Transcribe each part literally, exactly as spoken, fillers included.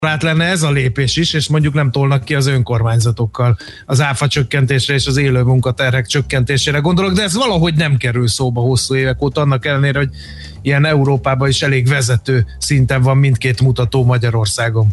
át lenne ez a lépés is, és mondjuk nem tolnak ki az önkormányzatokkal az áfa csökkentésre és az élő munkaterhek csökkentésére gondolok, de ez valahogy nem kerül szóba hosszú évek óta, annak ellenére, hogy ilyen Európában is elég vezető szinten van mindkét mutató Magyarországon.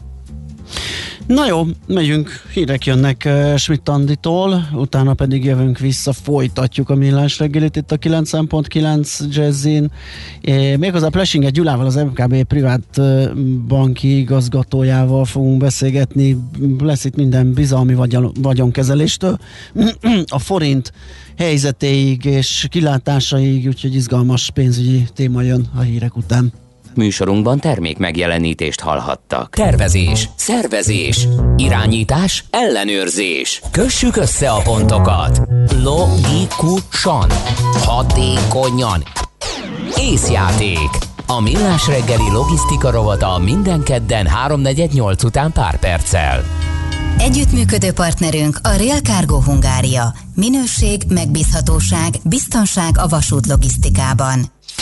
Na jó, megyünk, hírek jönnek uh, Schmidt Anditól, utána pedig jövünk vissza, folytatjuk a millás reggelit itt a kilencven pont kilenc Jazzin. É, méghozzá Plesinger Gyulával, az em ká bé privát uh, banki igazgatójával fogunk beszélgetni. Lesz itt minden bizalmi vagyon, vagyonkezeléstől a forint helyzetéig és kilátásaig, úgyhogy izgalmas pénzügyi téma jön a hírek után. Műsorunkban termék megjelenítést hallhattak. Tervezés, szervezés, irányítás, ellenőrzés. Kössük össze a pontokat. Logikusan, hatékonyan. Észjáték. A Millás reggeli logisztika rovata minden kedden háromnegyed nyolc után pár perccel. Együttműködő partnerünk a Rail Cargo Hungária. Minőség, megbízhatóság, biztonság a vasút logisztikában.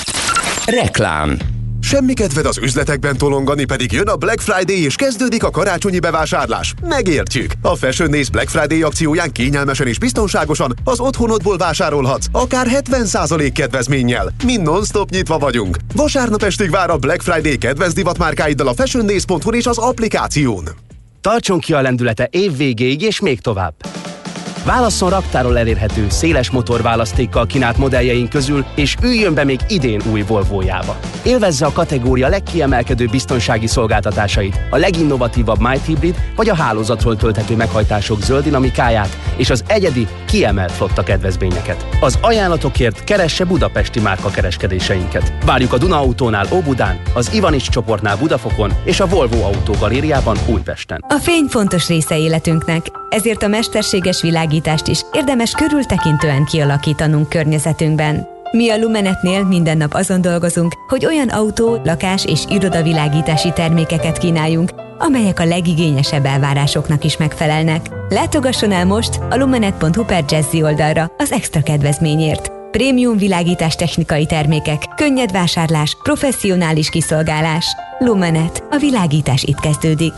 Reklám. Semmi kedved az üzletekben tolongani, pedig jön a Black Friday és kezdődik a karácsonyi bevásárlás. Megértjük! A Fashion Days Black Friday akcióján kényelmesen és biztonságosan az otthonodból vásárolhatsz, akár hetven százalék kedvezménnyel. Mi non-stop nyitva vagyunk. Vasárnap estig vár a Black Friday kedvenc divatmárkáiddal a fashiondays pont hu és az applikáción. Tartson ki a lendülete év végéig és még tovább. Válasszon raktáról elérhető, széles motorválasztékkal kínált modelljeink közül, és üljön be még idén új Volvojába. Élvezze a kategória legkiemelkedőbb biztonsági szolgáltatásait, a leginnovatívabb Mild Hybrid vagy a hálózatról tölthető meghajtások zöld dinamikáját és az egyedi, kiemelt flotta kedvezményeket. Az ajánlatokért keresse budapesti márka kereskedéseinket. Várjuk a Duna Autónál Óbudán, az Ivanics csoportnál Budafokon és a Volvo Autó Galériában Újpesten. A fény fontos része életünknek, ezért a mesterséges világítást is érdemes körültekintően kialakítanunk környezetünkben. Mi a Lumenetnél minden nap azon dolgozunk, hogy olyan autó, lakás és irodavilágítási termékeket kínáljunk, amelyek a legigényesebb elvárásoknak is megfelelnek. Látogasson el most a lumenet pont hu per Jazzy oldalra az extra kedvezményért. Prémium világítás technikai termékek, könnyed vásárlás, professzionális kiszolgálás. Lumenet. A világítás itt kezdődik.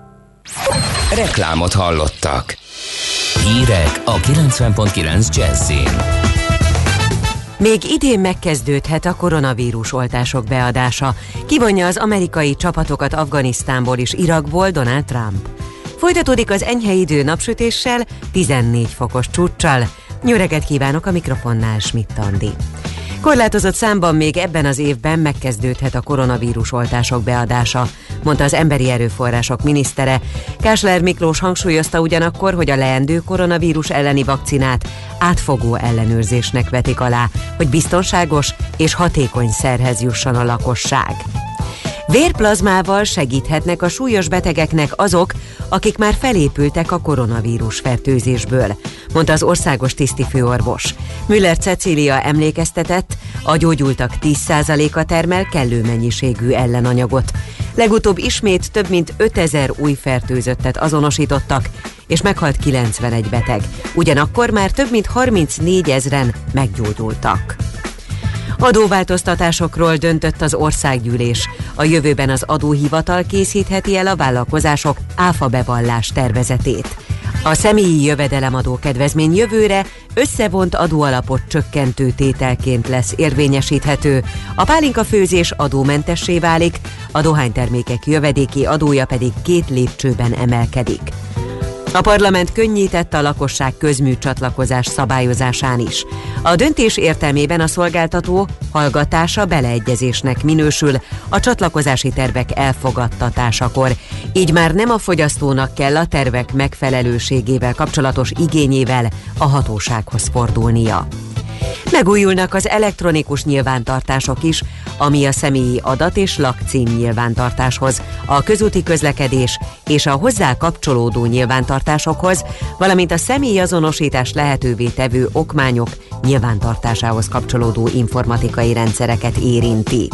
Reklámot hallottak. Hírek a kilencven pont kilenc Jazzin. Még idén megkezdődhet a koronavírus oltások beadása. Kivonja az amerikai csapatokat Afganisztánból és Irakból Donald Trump. Folytatódik az enyhe idő napsütéssel, tizennégy fokos csúccsal. Jó reggelt kívánok, a mikrofonnál Schmidt Andi. Korlátozott számban még ebben az évben megkezdődhet a koronavírus oltások beadása, mondta az Emberi Erőforrások minisztere. Kásler Miklós hangsúlyozta ugyanakkor, hogy a leendő koronavírus elleni vakcinát átfogó ellenőrzésnek vetik alá, hogy biztonságos és hatékony szerhez jusson a lakosság. Vérplazmával segíthetnek a súlyos betegeknek azok, akik már felépültek a koronavírus fertőzésből, mondta az országos tisztifőorvos. Müller Cecília emlékeztetett, a gyógyultak tíz százaléka termel kellő mennyiségű ellenanyagot. Legutóbb ismét több mint ötezer új fertőzöttet azonosítottak, és meghalt kilencvenegy beteg. Ugyanakkor már több mint harmincnégyezren meggyógyultak. Adóváltoztatásokról döntött az országgyűlés. A jövőben az adóhivatal készítheti el a vállalkozások áfa bevallás tervezetét. A személyi jövedelemadó kedvezmény jövőre összevont adóalapot csökkentő tételként lesz érvényesíthető, a pálinkafőzés adómentessé válik, a dohánytermékek jövedéki adója pedig két lépcsőben emelkedik. A parlament könnyített a lakosság közműcsatlakozás szabályozásán is. A döntés értelmében a szolgáltató hallgatása beleegyezésnek minősül a csatlakozási tervek elfogadtatásakor, így már nem a fogyasztónak kell a tervek megfelelőségével kapcsolatos igényével a hatósághoz fordulnia. Megújulnak az elektronikus nyilvántartások is, ami a személyi adat és lakcím nyilvántartáshoz, a közúti közlekedés és a hozzá kapcsolódó nyilvántartásokhoz, valamint a személyazonosítás lehetővé tevő okmányok nyilvántartásához kapcsolódó informatikai rendszereket érinti.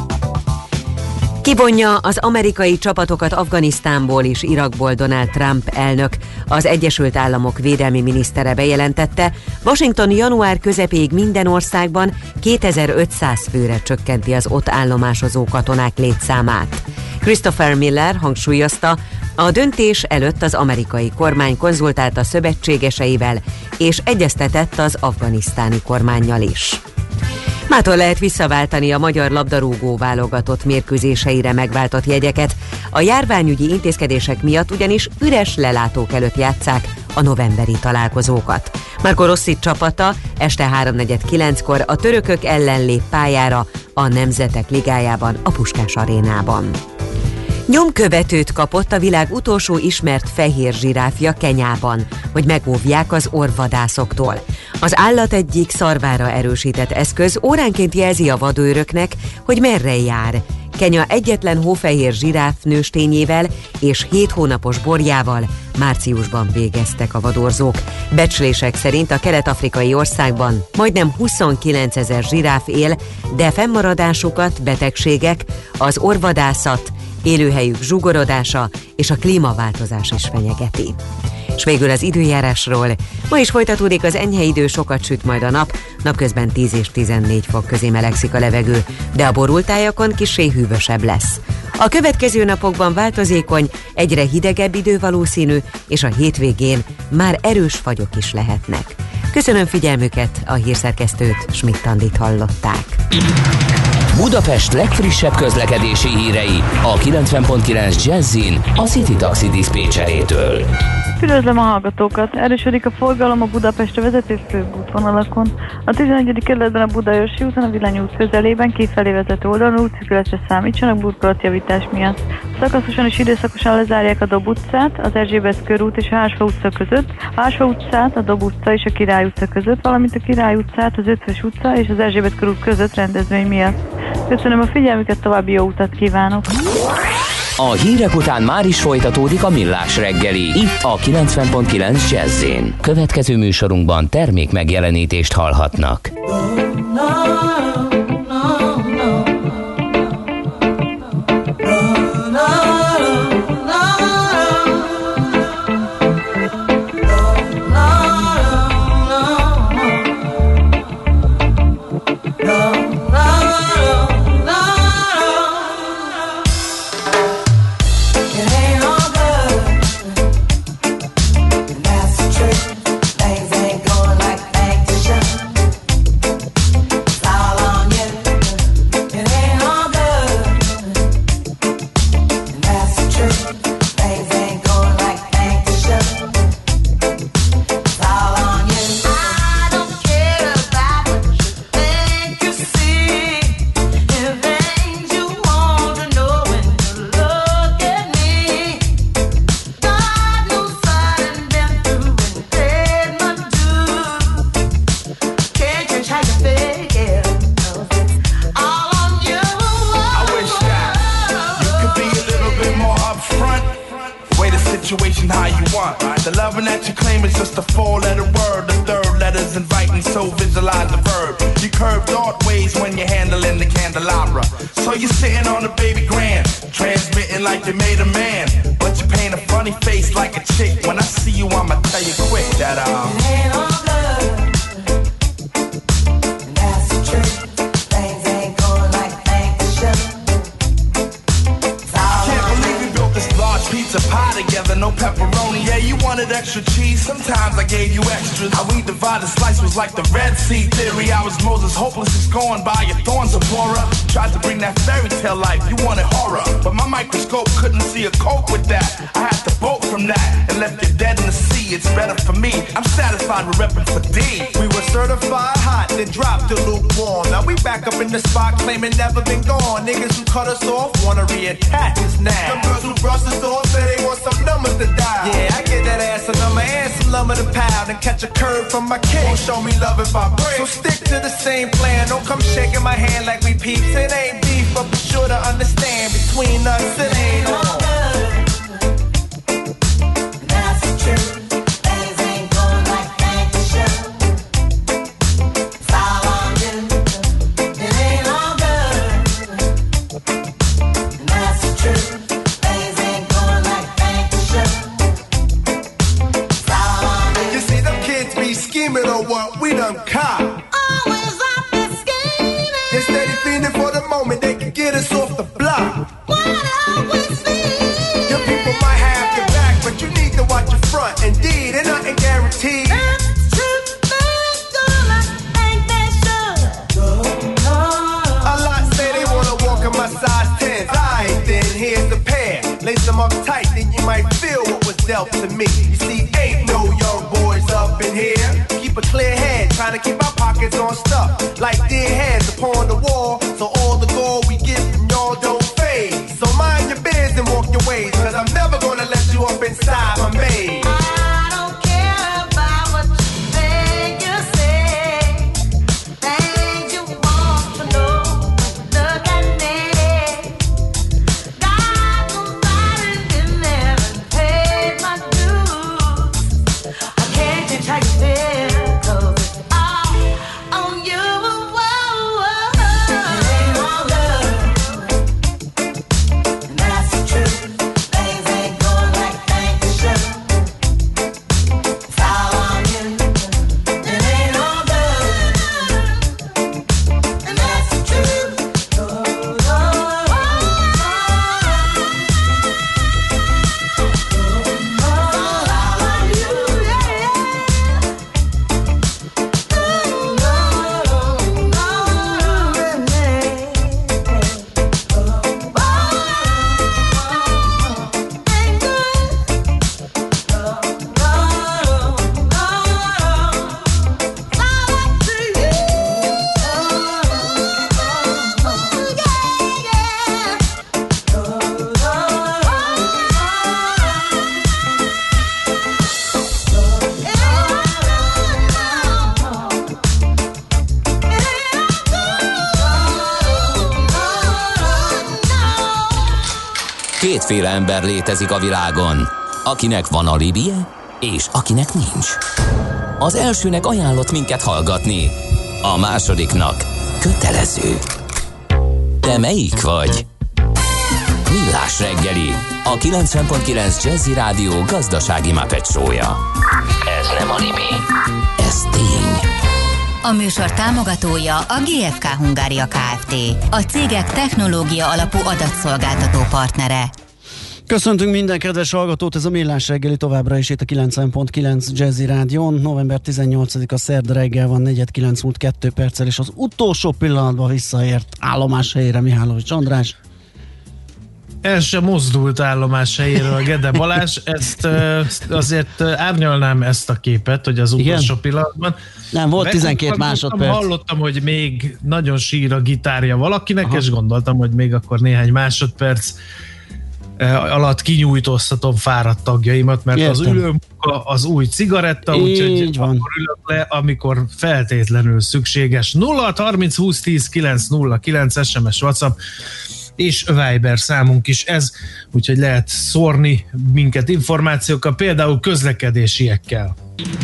Kivonja az amerikai csapatokat Afganisztánból és Irakból Donald Trump elnök. Az Egyesült Államok védelmi minisztere bejelentette, Washington január közepéig minden országban kétezer-ötszáz főre csökkenti az ott állomásozó katonák létszámát. Christopher Miller hangsúlyozta, A döntés előtt az amerikai kormány konzultált a szövetségeseivel, és egyeztetett az afganisztáni kormánnyal is. Mától lehet visszaváltani a magyar labdarúgó válogatott mérkőzéseire megváltott jegyeket. A járványügyi intézkedések miatt ugyanis üres lelátók előtt játsszák a novemberi találkozókat. Marco Rossi csapata este háromnegyed kilenckor a törökök ellen lép pályára a Nemzetek Ligájában, a Puskás arénában. Nyomkövetőt kapott a világ utolsó ismert fehér zsiráfja Kenyában, hogy megóvják az orvvadászoktól. Az állat egyik szarvára erősített eszköz óránként jelzi a vadőröknek, hogy merre jár. Kenya egyetlen hófehér zsiráf nőstényével és hét hónapos borjával márciusban végeztek a vadorzók. Becslések szerint a kelet-afrikai országban majdnem huszonkilencezer zsiráf él, de fennmaradásukat betegségek, az orvvadászat, élőhelyük zsugorodása és a klímaváltozás is fenyegeti. És végül az időjárásról. Ma is folytatódik az enyhe idő, sokat süt majd a nap, napközben tíz és tizennégy fok közé melegszik a levegő, de a borultájakon kissé hűvösebb lesz. A következő napokban változékony, egyre hidegebb idő valószínű, és a hétvégén már erős fagyok is lehetnek. Köszönöm figyelmüket, a hírszerkesztőt, Schmidt-Andit hallották. Budapest legfrissebb közlekedési hírei a kilencven pont kilenc Jazzin a City Taxi diszpécserétől. Üdvözlöm a hallgatókat! Erősödik a forgalom a Budapestre vezető főútvonalakon. A tizenegyedik kerületben a Budaörsi úton, a Villany út közelében kifelé vezető oldalon útszűkületre számítsanak burkolatjavítás miatt. Szakaszosan és időszakosan lezárják a Dob utcát, az Erzsébet körút és a Hársfa utca között, a Hársfa utcát, a Dob utca és a Király utca között, valamint a Király utcát, az Ötvös utca és az Erzsébet körút között rendezvény miatt. Köszönöm a figyelmüket, további jó utat kívánok! A hírek után már is folytatódik a Millás reggeli, itt a kilencven pont kilenc Jazz-én. Következő műsorunkban termék megjelenítést hallhatnak. Never been gone. Niggas who cut us off wanna reattach us now. Some girls who brush us off say they want some numbers to dial. Yeah, I get that ass a number and some lumber to pound and catch a curve from my king. Won't show me love if I break. So stick to the same plan. Don't come shaking my hand like we peeps. It ain't beef, but be sure to understand between us it ain't all. That's the truth. Things ain't going like they should. It's all on you. It ain't all good. That's the truth. Things ain't going like they should. It's all on you. You see them kids be scheming on what we done caught. Always up and scheming. They steady feeding for the moment they can get us off the block. What are we seeing? Your people might have then you might feel what was dealt to me. You see, ain't no young boys up in here. Keep a clear head, trying to keep our pockets on stuff like dead heads upon the wall. So all the gold we get from y'all don't fade. So mind your biz and walk your ways, cause I'm never gonna let you up inside my maze. Kétféle ember létezik a világon, akinek van alibije, és akinek nincs. Az elsőnek ajánlott minket hallgatni, a másodiknak kötelező. Te melyik vagy? Millás reggeli, a kilencven pont kilenc Jazzy Rádió gazdasági Muppet show-ja. Ez nem anime, ez tény. A műsor támogatója a gé ef ká Hungária Kft. A cégek technológia alapú adatszolgáltató partnere. Köszöntünk minden kedves hallgatót, ez a Millás reggeli továbbra is itt a kilencven pont kilenc Jazzy Rádión. november tizennyolcadika szerda reggel van, negyven kilenc múlt kettő perccel, és az utolsó pillanatban visszaért állomás helyére Mihálovics András. El sem mozdult állomás helyéről a Gede Balázs, ezt azért árnyalnám ezt a képet, hogy az utolsó igen? pillanatban. Nem, volt tizenkét másodperc. Hallottam, hogy még nagyon sír a gitárja valakinek, aha, és gondoltam, hogy még akkor néhány másodperc alatt kinyújtóztatom fáradt tagjaimat, mert értem, az ülőmunka az új cigaretta, úgyhogy akkor ülök le, amikor feltétlenül szükséges. Nulla harminc húsz tíz kilenc nulla kilenc es em es, WhatsApp és Viber számunk is ez, úgyhogy lehet szórni minket információkkal, például közlekedésiekkel.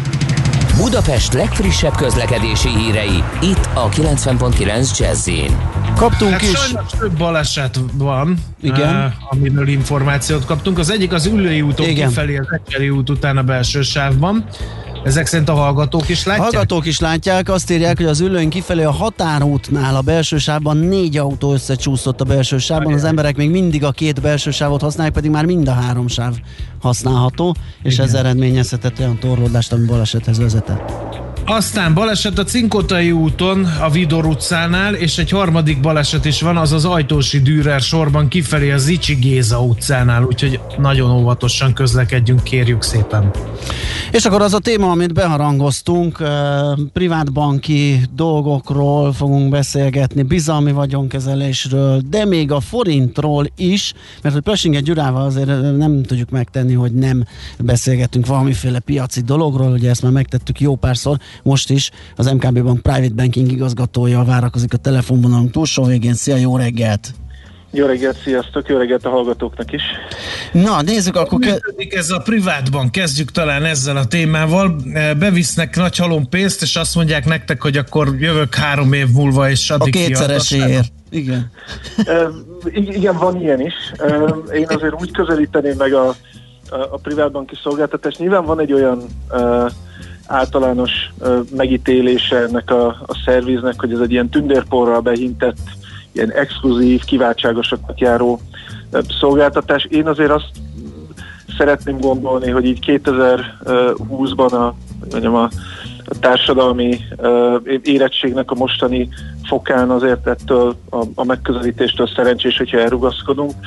Budapest legfrissebb közlekedési hírei, itt a kilencven pont kilenc Jazz-in. Kaptunk hát is. Sajnos több baleset van, igen, uh, amiről információt kaptunk. Az egyik az Üllői úton kifelé, az Ecseri út után a belső sávban. Ezek szerint a hallgatók is látják? Hallgatók is látják, azt írják, hogy az Üllőn kifelé a határútnál a belső sávban négy autó összecsúszott a belső sávban, az emberek még mindig a két belső sávot használják, pedig már mind a három sáv használható, és igen, ez eredményezhetett olyan torlódást, ami balesethez vezetett. Aztán baleset a Cinkotai úton, a Vidor utcánál, és egy harmadik baleset is van, az az Ajtósi Dürer sorban kifelé a Zichy Géza utcánál, úgyhogy nagyon óvatosan közlekedjünk, kérjük szépen. És akkor az a téma, amit beharangoztunk, privátbanki dolgokról fogunk beszélgetni, bizalmi vagyonkezelésről, de még a forintról is, mert hogy Plesinger Gyurával azért nem tudjuk megtenni, hogy nem beszélgetünk valamiféle piaci dologról, ugye ezt már megtettük jó párszor, most is az em ká bé Bank Private Banking igazgatója várakozik a telefonvonalunk túlsó végén. Szia, jó reggelt! Jó reggelt, sziasztok, jó reggelt a hallgatóknak is. Na, nézzük akkor... Működik ez a privátbank, kezdjük talán ezzel a témával. Bevisznek nagy halom pénzt, és azt mondják nektek, hogy akkor jövök három év múlva, és addig a kétszereséért. Igen. uh, igen, van ilyen is. Uh, én azért úgy közelíteném meg a, a, a privátbanki szolgáltatást. Nyilván van egy olyan uh, általános uh, megítélése ennek a, a szerviznek, hogy ez egy ilyen tündérporral behintett, ilyen exkluzív, kiváltságosaknak járó uh, szolgáltatás. Én azért azt szeretném gondolni, hogy így kétezer-húszban a, mondjam, a, a társadalmi uh, érettségnek a mostani fokán azért ettől a, a megközelítéstől szerencsés, hogyha elrugaszkodunk.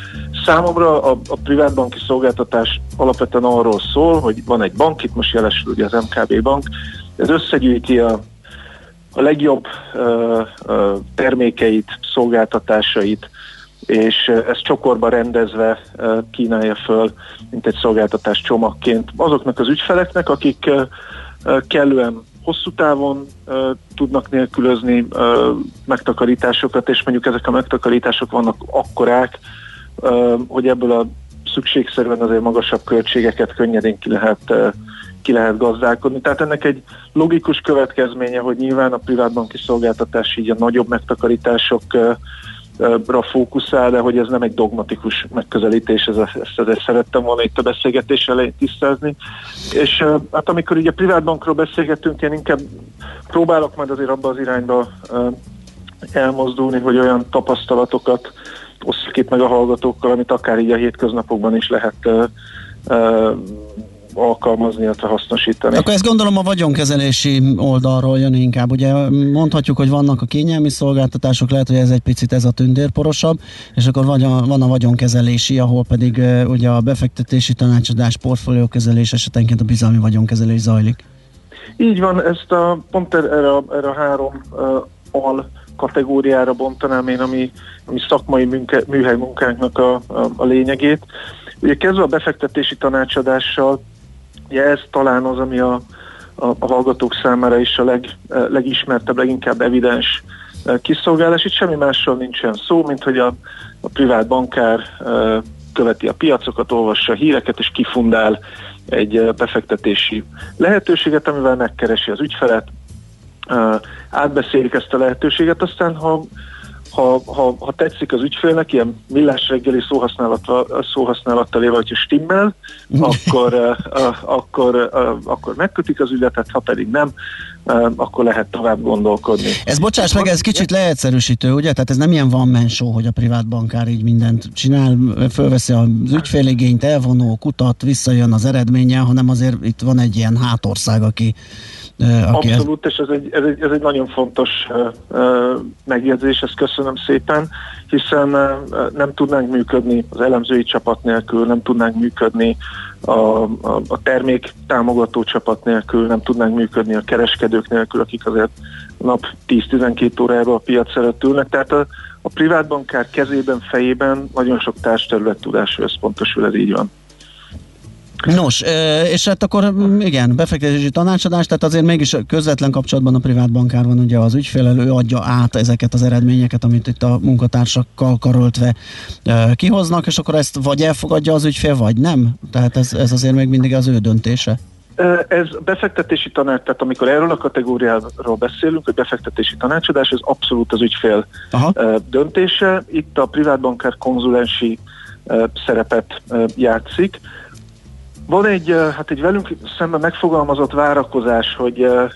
Számomra a, a privátbanki szolgáltatás alapvetően arról szól, hogy van egy bank, itt most jelesül ugye az em ká bé Bank, ez összegyűjti a, a legjobb ö, ö, termékeit, szolgáltatásait, és ezt csokorba rendezve ö, kínálja föl, mint egy szolgáltatás csomagként azoknak az ügyfeleknek, akik ö, ö, kellően hosszú távon ö, tudnak nélkülözni ö, megtakarításokat, és mondjuk ezek a megtakarítások vannak akkorák, ö, hogy ebből a szükségszerűen azért magasabb költségeket könnyedén ki lehet, ö, ki lehet gazdálkodni. Tehát ennek egy logikus következménye, hogy nyilván a privátbanki szolgáltatás így a nagyobb megtakarításokra fókuszál, de hogy ez nem egy dogmatikus megközelítés, ez a, ezt, ezt szerettem volna itt a beszélgetés elején tisztázni. És hát amikor így a privátbankról beszélgetünk, én inkább próbálok majd azért abba az irányba elmozdulni, hogy olyan tapasztalatokat osszak itt meg a hallgatókkal, amit akár így a hétköznapokban is lehet alkalmazni, illetve hasznosítani. Akkor ezt gondolom a vagyonkezelési oldalról jön inkább. Ugye mondhatjuk, hogy vannak a kényelmi szolgáltatások, lehet, hogy ez egy picit ez a tündérporosabb, és akkor van a, van a vagyonkezelési, ahol pedig uh, ugye a befektetési tanácsadás, portfóliókezelés, esetenként a bizalmi vagyonkezelés zajlik. Így van, ezt a, pont erre, erre a három uh, al kategóriára bontanám én, ami, ami szakmai munka, műhely munkánknak a, a, a lényegét. Ugye kezdve a befektetési tanácsadással, ugye ez talán az, ami a, a, a hallgatók számára is a leg, legismertebb, leginkább evidens kiszolgálás. Itt semmi másról nincsen szó, mint hogy a, a privát bankár követi a piacokat, olvassa a híreket, és kifundál egy befektetési lehetőséget, amivel megkeresi az ügyfelet, átbeszélik ezt a lehetőséget, aztán ha Ha, ha, ha tetszik az ügyfélnek, ilyen millás reggeli szóhasználattal, szóhasználattal éve, hogyha stimmel, akkor, uh, akkor, uh, akkor megkötik az ügyletet, ha pedig nem, uh, akkor lehet tovább gondolkodni. Ez bocsáss meg, ez kicsit leegyszerűsítő, ugye? Tehát ez nem ilyen one-man show, hogy a privát bankár így mindent csinál, fölveszi az ügyféligényt, elvonó, kutat, visszajön az eredménnyel, hanem azért itt van egy ilyen hátország, aki Uh, Abszolút, ez... és ez egy, ez, egy, ez egy nagyon fontos uh, uh, megjegyzés, ezt köszönöm szépen, hiszen uh, nem tudnánk működni az elemzői csapat nélkül, nem tudnánk működni a, a, a termék támogató csapat nélkül, nem tudnánk működni a kereskedők nélkül, akik azért nap tíz-tizenkét órára a piac előtt ülnek, tehát a, a privátbankár kezében, fejében nagyon sok társterület tudású összpontosul, ez így van. Nos, és hát akkor igen, befektetési tanácsadás, tehát azért mégis közvetlen kapcsolatban a privátbankár van, ugye az ügyféllel, ő adja át ezeket az eredményeket, amit itt a munkatársakkal karöltve kihoznak, és akkor ezt vagy elfogadja az ügyfél, vagy nem? Tehát ez, ez azért még mindig az ő döntése. Ez befektetési tanács, tehát amikor erről a kategóriáról beszélünk, hogy befektetési tanácsadás, ez abszolút az ügyfél Aha. döntése. Itt a privátbankár konzulensi szerepet játszik. Van egy, hát egy velünk szemben megfogalmazott várakozás, hogy uh,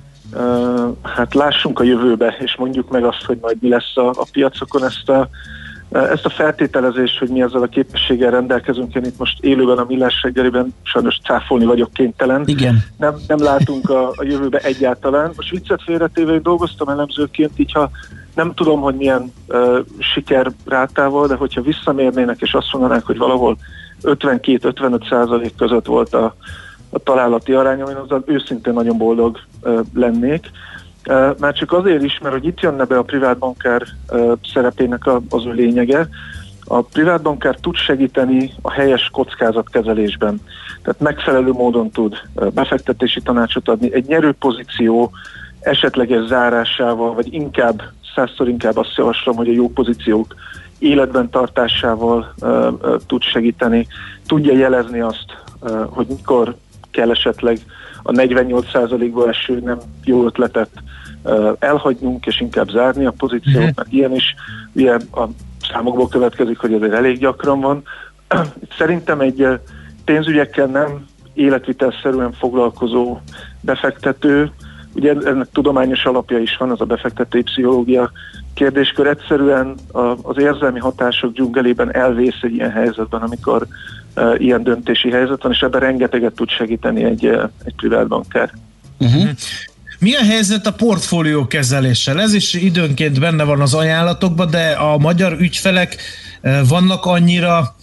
uh, hát lássunk a jövőbe, és mondjuk meg azt, hogy majd mi lesz a, a piacokon. Ezt a, uh, ezt a feltételezést, hogy mi ezzel a képességgel rendelkezünk, én itt most élőben a Millás reggeliben sajnos cáfolni vagyok kénytelen. Igen. Nem, nem látunk a, a jövőbe egyáltalán. Most viccet félretéve, én dolgoztam elemzőként, így ha nem tudom, hogy milyen uh, sikerrátával, de hogyha visszamérnének, és azt mondanák, hogy valahol ötvenkét-ötvenöt százalék között volt a, a találati arány, amin azzal őszintén nagyon boldog uh, lennék. Uh, már csak azért is, mert hogy itt jönne be a privátbankár uh, szerepének a, az ő lényege. A privátbankár tud segíteni a helyes kockázatkezelésben. Tehát megfelelő módon tud uh, befektetési tanácsot adni. Egy nyerő pozíció esetleges zárásával, vagy inkább, százszor inkább azt javaslom, hogy a jó pozíciók életben tartásával uh, uh, tud segíteni, tudja jelezni azt, uh, hogy mikor kell esetleg a negyvennyolc százalékból eső nem jó ötletet uh, elhagynunk, és inkább zárni a pozíciót, mm-hmm. mert ilyen is ugye a számokból következik, hogy azért elég gyakran van. Szerintem egy uh, pénzügyekkel nem életvitelszerűen foglalkozó befektető, ugye ennek tudományos alapja is van, az a befektetői pszichológia kérdéskör, egyszerűen az érzelmi hatások dzsungelében elvész egy ilyen helyzetben, amikor uh, ilyen döntési helyzet van, és ebben rengeteget tud segíteni egy, uh, egy privátbankár. Uh-huh. Mi a helyzet a portfólió kezeléssel? Ez is időnként benne van az ajánlatokban, de a magyar ügyfelek uh, vannak annyira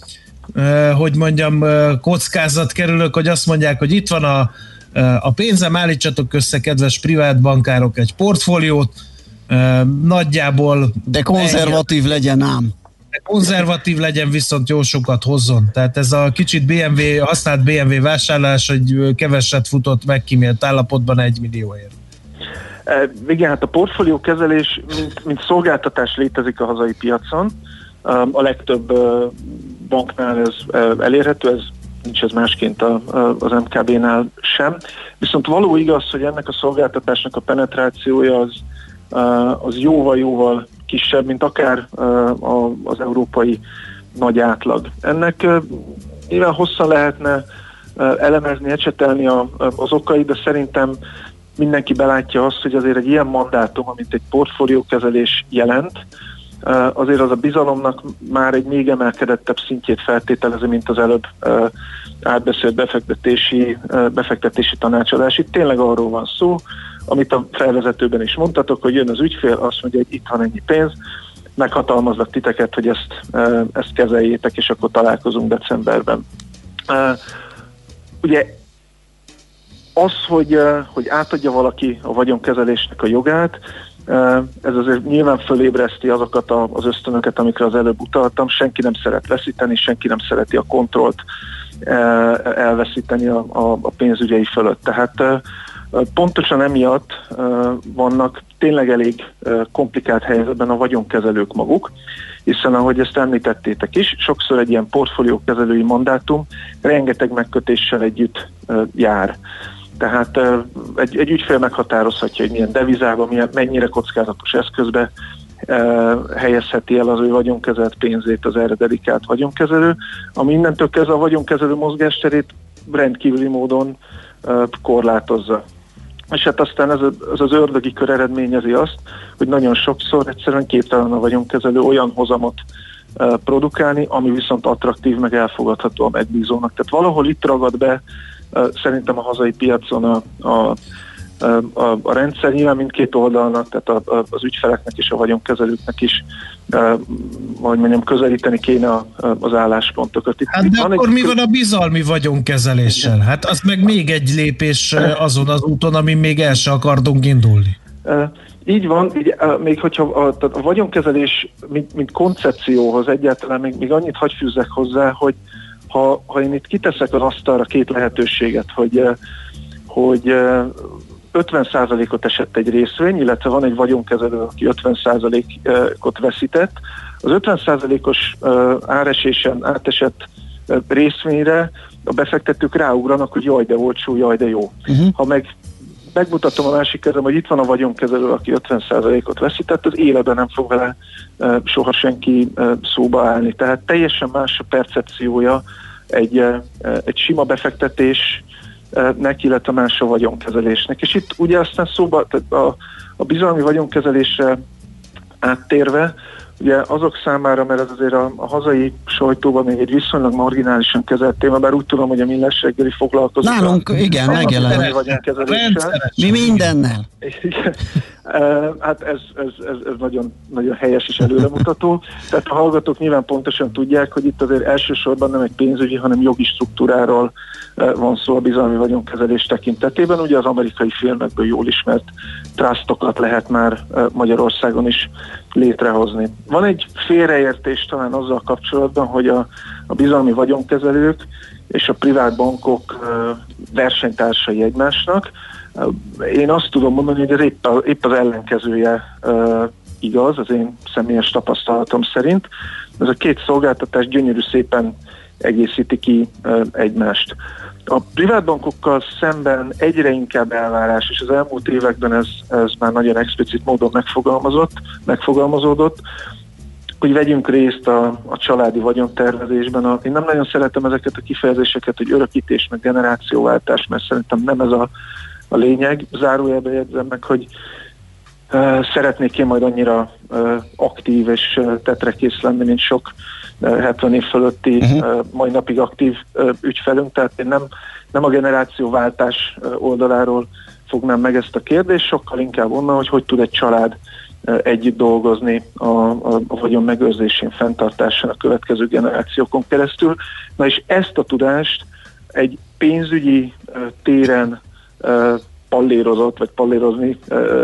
hogy mondjam, kockázatkerülők, hogy azt mondják, hogy itt van a, a pénzem, állítsatok össze, kedves privát bankárok, egy portfóliót, nagyjából... De konzervatív egy, legyen ám. De konzervatív legyen, viszont jó sokat hozzon. Tehát ez a kicsit bé em vé, használt bé em vé vásárlás, hogy keveset futott megkímélt állapotban egy millióért. E, igen, hát a portfóliókezelés, mint, mint szolgáltatás létezik a hazai piacon. A legtöbb banknál ez elérhető, ez nincs ez másként a, a, az em ká bé-nál sem. Viszont való igaz, hogy ennek a szolgáltatásnak a penetrációja az, az jóval-jóval kisebb, mint akár az európai nagy átlag. Ennek nyilván hosszan lehetne elemezni, ecsetelni az okait, de szerintem mindenki belátja azt, hogy azért egy ilyen mandátum, amit egy portfóliókezelés jelent, azért az a bizalomnak már egy még emelkedettebb szintjét feltételezi, mint az előbb átbeszélt befektetési, befektetési tanácsadás. Itt tényleg arról van szó, amit a felvezetőben is mondtatok, hogy jön az ügyfél, azt mondja, hogy itt van ennyi pénz, meghatalmazlak titeket, hogy ezt, ezt kezeljétek, és akkor találkozunk decemberben. Ugye az, hogy, hogy átadja valaki a vagyonkezelésnek a jogát, ez azért nyilván fölébreszti azokat az ösztönöket, amikre az előbb utaltam. Senki nem szeret veszíteni, senki nem szereti a kontrollt elveszíteni a, a, a pénzügyei fölött. Tehát pontosan emiatt vannak tényleg elég komplikált helyzetben a vagyonkezelők maguk, hiszen ahogy ezt említettétek is, sokszor egy ilyen portfóliókezelői mandátum rengeteg megkötéssel együtt jár. Tehát egy, egy ügyfél meghatározhatja, hogy milyen devizába, milyen, mennyire kockázatos eszközbe helyezheti el az ő vagyonkezelt pénzét az erre dedikált vagyonkezelő, ami innentől kezdve a vagyonkezelő mozgásterét rendkívüli módon korlátozza. És hát aztán ez, ez az ördögi kör eredményezi azt, hogy nagyon sokszor egyszerűen képtelen a vagyonkezelő olyan hozamot produkálni, ami viszont attraktív, meg elfogadható a megbízónak. Tehát valahol itt ragad be szerintem a hazai piacon a, a, a, a rendszer, nyilván mindkét oldalnak, tehát a, a, az ügyfeleknek és a vagyonkezelőknek is, e, hogy mondjam, közelíteni kéne a, az álláspontokat. Itt, hát de akkor egy... mi van a bizalmi vagyonkezeléssel? Hát az meg még egy lépés azon az úton, amin még el se akartunk indulni. E, így van, így, még hogyha a, a vagyonkezelés mint, mint koncepcióhoz egyáltalán még, még annyit hagy fűzzek hozzá, hogy Ha, ha én itt kiteszek az asztalra két lehetőséget, hogy, hogy ötven százalékot esett egy részvény, illetve van egy vagyonkezelő, aki ötven százalékot veszített, az ötven százalékos áresésen átesett részvényre a befektetők ráugranak, hogy jaj, de olcsó, jaj, de jó. Uh-huh. Ha meg megmutatom a másik kezem, hogy itt van a vagyonkezelő, aki ötven százalékot veszített, az életben nem fog vele e, soha senki e, szóba állni. Tehát teljesen más a percepciója egy, e, egy sima befektetésnek, illetve más a vagyonkezelésnek. És itt ugye aztán szóba, a, a bizalmi vagyonkezelésre áttérve, ugye azok számára, mert ez azért a, a hazai sajtóban még egy viszonylag marginálisan kezelt téma, bár úgy tudom, hogy a Millás reggeli foglalkozik. Nálunk, a, igen, megjelen. Mi mindennel. Hát ez, ez, ez, ez nagyon, nagyon helyes és előremutató. Tehát a hallgatók nyilván pontosan tudják, hogy itt azért elsősorban nem egy pénzügyi, hanem jogi struktúráról van szó a bizalmi vagyonkezelés tekintetében. Ugye az amerikai filmekből jól ismert trustokat lehet már Magyarországon is létrehozni. Van egy félreértés talán azzal kapcsolatban, hogy a, a bizalmi vagyonkezelők és a privát bankok versenytársai egymásnak. Én azt tudom mondani, hogy ez épp, a, épp az ellenkezője igaz, az én személyes tapasztalatom szerint. Ez a két szolgáltatás gyönyörű szépen egészíti ki egymást. A privátbankokkal szemben egyre inkább elvárás, és az elmúlt években ez, ez már nagyon explicit módon megfogalmazott, megfogalmazódott, hogy vegyünk részt a, a családi vagyontervezésben. A, én nem nagyon szeretem ezeket a kifejezéseket, hogy örökítés, meg generációváltás, mert szerintem nem ez a, a lényeg. Zárójelbe jegyzem meg, hogy uh, szeretnék én majd annyira uh, aktív és uh, tetrekész lenni, mint sok hetven év fölötti, uh-huh. mai napig aktív ügyfelünk, tehát én nem, nem a generációváltás oldaláról fognám meg ezt a kérdést, sokkal inkább onnan, hogy hogy tud egy család együtt dolgozni a, a, a vagyon megőrzésén, fenntartásán a következő generációkon keresztül. Na és ezt a tudást egy pénzügyi téren pallérozott, vagy pallérozni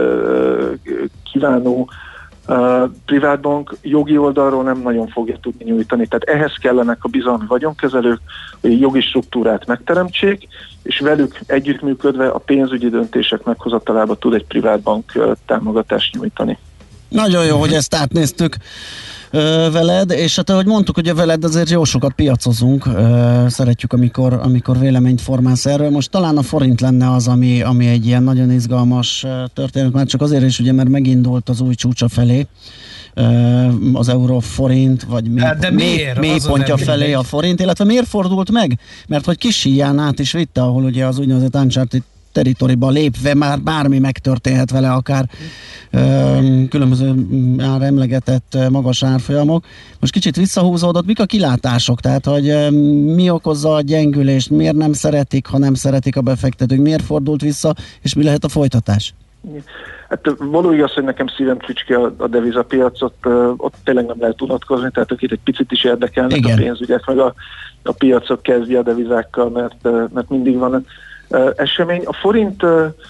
kívánó privátbank jogi oldalról nem nagyon fogja tudni nyújtani. Tehát ehhez kellenek a bizalmi vagyonkezelők, hogy a jogi struktúrát megteremtsék, és velük együttműködve a pénzügyi döntések meghozatalába tud egy privátbank támogatást nyújtani. Nagyon jó, hogy ezt átnéztük ö, veled, és hát ahogy mondtuk, hogy a veled azért jó sokat piacozunk, ö, szeretjük, amikor, amikor véleményt formálsz erről. Most talán a forint lenne az, ami, ami egy ilyen nagyon izgalmas történet, már csak azért is, ugye, mert megindult az új csúcsa felé, ö, az euró-forint, vagy mély, de miért? mély, mély pontja felé mindegy. A forint, illetve miért fordult meg? Mert hogy kis híján át is vitte, ahol ugye az úgynevezett Uncharted territoriba lépve már bármi megtörténhet vele, akár ö, különböző már emlegetett magas árfolyamok. Most kicsit visszahúzódott, mik a kilátások? Tehát, hogy ö, mi okozza a gyengülést, miért nem szeretik, ha nem szeretik a befektetők, miért fordult vissza, és mi lehet a folytatás? Hát való igaz, hogy nekem szívem csücske a, a devizapiac, ott, ott tényleg nem lehet unatkozni, tehát akit egy picit is érdekelnek igen. A pénzügyek, meg a, a piacok kezdje a devizákkal, mert, mert mindig van esemény. A forint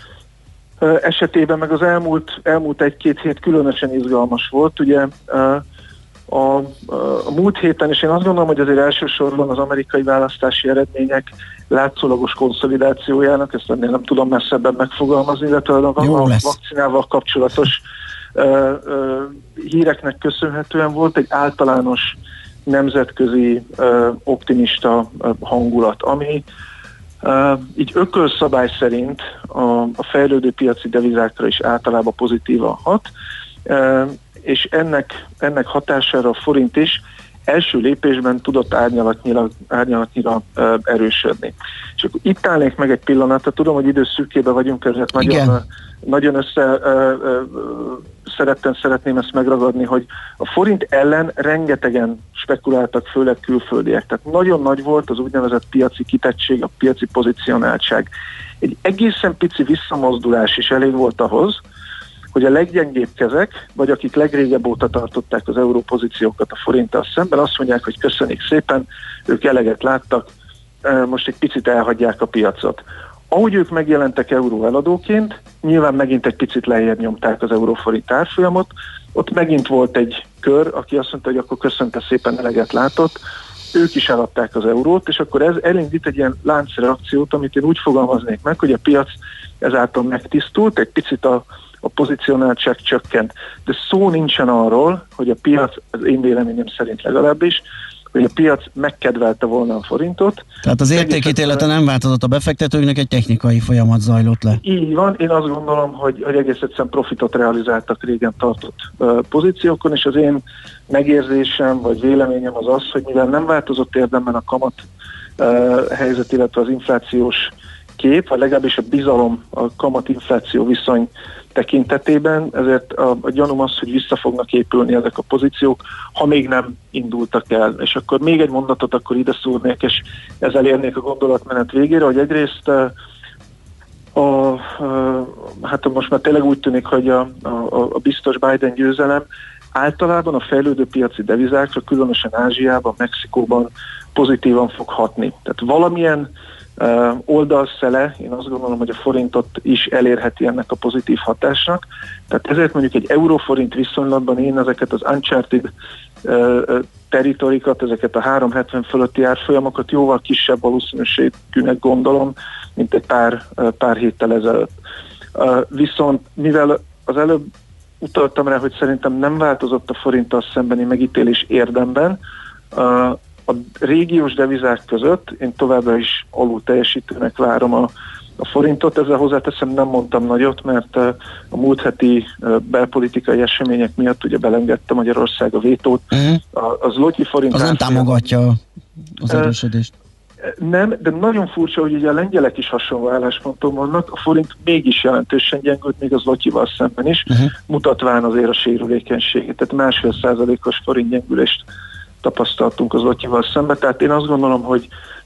esetében meg az elmúlt, elmúlt egy-két hét különösen izgalmas volt. Ugye a, a, a múlt héten, és én azt gondolom, hogy azért elsősorban az amerikai választási eredmények látszólagos konszolidációjának, ezt ennél nem tudom messzebben megfogalmazni, illetve a, a vakcinával kapcsolatos uh, uh, híreknek köszönhetően volt egy általános nemzetközi uh, optimista uh, hangulat, ami Uh, így ökölszabály szerint a, a fejlődő piaci devizákra is általában pozitívan hat, uh, és ennek, ennek hatására a forint is első lépésben tudott árnyalatnyira, árnyalatnyira uh, erősödni. És akkor itt állnék meg egy pillanatra, tudom, hogy időszűkében vagyunk, ezért nagyon, nagyon össze uh, uh, szerettem, szeretném ezt megragadni, hogy a forint ellen rengetegen spekuláltak, főleg külföldiek. Tehát nagyon nagy volt az úgynevezett piaci kitettség, a piaci pozicionáltság. Egy egészen pici visszamozdulás is elég volt ahhoz, hogy a leggyengébb kezek, vagy akik legrégebb óta tartották az európozíciókat a forinttal szemben, azt mondják, hogy köszönik szépen, ők eleget láttak, most egy picit elhagyják a piacot. Ahogy ők megjelentek euró eladóként, nyilván megint egy picit lejjebb nyomták az euróforint árfolyamot, ott megint volt egy kör, aki azt mondta, hogy akkor köszönte szépen, eleget látott, ők is eladták az eurót, és akkor ez elindít egy ilyen láncreakciót, amit én úgy fogalmaznék meg, hogy a piac ezáltal megtisztult, egy picit a, a pozicionáltság csökkent. De szó nincsen arról, hogy a piac, az én véleményem szerint legalábbis, hogy a piac megkedvelte volna a forintot. Tehát az értékítélete nem változott a befektetőknek, egy technikai folyamat zajlott le. Így van, én azt gondolom, hogy, hogy egész egyszerűen profitot realizáltak régen tartott uh, pozíciókon, és az én megérzésem vagy véleményem az az, hogy mivel nem változott érdemben a kamat uh, helyzet, illetve az inflációs kép, vagy legalábbis a bizalom, a kamat-infláció viszony tekintetében, ezért a, a gyanúm az, hogy vissza fognak épülni ezek a pozíciók, ha még nem indultak el. És akkor még egy mondatot akkor ide szúrnék, és ezzel érnék a gondolatmenet végére, hogy egyrészt a, a, a, hát most már tényleg úgy tűnik, hogy a, a, a biztos Biden győzelem általában a fejlődő piaci devizákra, különösen Ázsiában, Mexikóban pozitívan fog hatni. Tehát valamilyen Uh, oldalszele, én azt gondolom, hogy a forintot is elérheti ennek a pozitív hatásnak. Tehát ezért mondjuk egy euróforint viszonylatban én ezeket az uncharted uh, territorikat, ezeket a három hetven fölötti árfolyamokat jóval kisebb valószínűségűnek gondolom, mint egy pár, uh, pár héttel ezelőtt. Uh, viszont mivel az előbb utaltam rá, hogy szerintem nem változott a forinttal szembeni megítélés érdemben, uh, a régiós devizák között én továbbra is alul teljesítőnek várom a, a forintot, ezzel hozzáteszem, nem mondtam nagyot, mert a múlt heti belpolitikai események miatt ugye belengedte Magyarország a vétót. Uh-huh. A, a zloty forint... Az nem támogatja az erősödést. Nem, de nagyon furcsa, hogy ugye a lengyelek is hasonló állásponton vannak, a forint mégis jelentősen gyengült, még az zlotyival szemben is, uh-huh. mutatván azért a sérülékenységét, tehát másfél százalékos forint gyengülést tapasztaltunk az zlotyival szemben, tehát én azt gondolom, hogy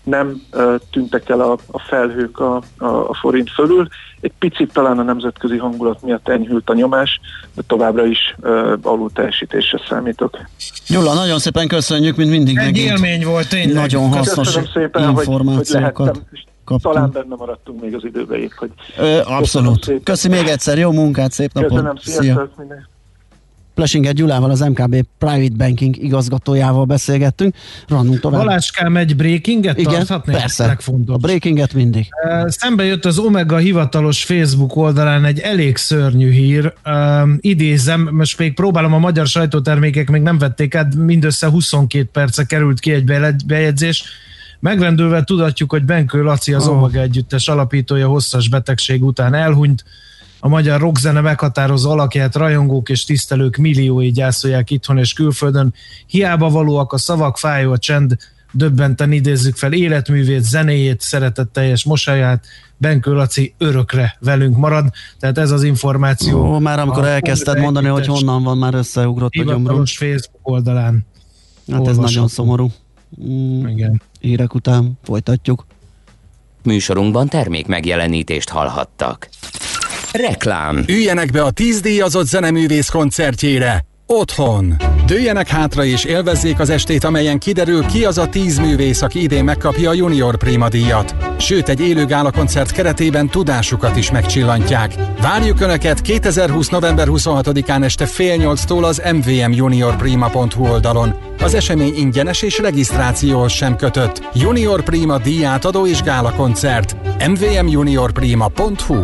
nem uh, tűntek el a, a felhők a, a, a forint fölül. Egy picit talán a nemzetközi hangulat miatt enyhült a nyomás, de továbbra is uh, alul teljesítésre számítok. Gyula, nagyon szépen köszönjük, mint mindig. Egy élmény volt, tényleg. Nagyon hasznos szépen, információkat hogy, hogy kaptunk. Talán benne maradtunk még az időbe hogy Ö, abszolút. Köszönöm még egyszer, jó munkát, szép napot. Köszönöm, sziasztok, minden. Plesinger Gyulával, az em ká bé Private Banking igazgatójával beszélgettünk. Rannunk tovább. Balácskám, egy breakinget tarthatni? Persze, a breakinget mindig. Szembe jött az Omega hivatalos Facebook oldalán egy elég szörnyű hír. Uh, idézem, most még próbálom, a magyar sajtótermékek még nem vették át, mindössze huszonkét perce került ki egy bejegyzés. Megrendülve tudatjuk, hogy Benkő Laci, az oh. Omega együttes alapítója hosszas betegség után elhunyt. A magyar rockzene meghatározó alakját rajongók és tisztelők milliói gyászolják itthon és külföldön. Hiába valóak a szavak, fájó a csend, döbbenten idézzük fel életművét, zenéjét, szeretetteljes mosolyát. Benkő Laci örökre velünk marad. Tehát ez az információ. Ó, már amikor elkezdted mondani, hogy honnan van, már összeugrott a gyomrom. Hivatalos Facebook oldalán. Hát ez nagyon szomorú. Mm, Igen. Hírek után folytatjuk. Műsorunkban termék megjelenítést hallhattak. Reklám. Üljenek be a tíz díjazott zeneművész koncertjére. Otthon. Dőljenek hátra és élvezzék az estét, amelyen kiderül, ki az a tíz művész, aki idén megkapja a Junior Prima díjat. Sőt, egy élő gálakoncert keretében tudásukat is megcsillantják. Várjuk Önöket kétezer-húsz november huszonhatodikán este fél nyolctól az em vé em junior prima pont hu oldalon. Az esemény ingyenes és regisztrációhoz sem kötött. Junior Prima díjátadó és gálakoncert. em vé em junior prima pont hu.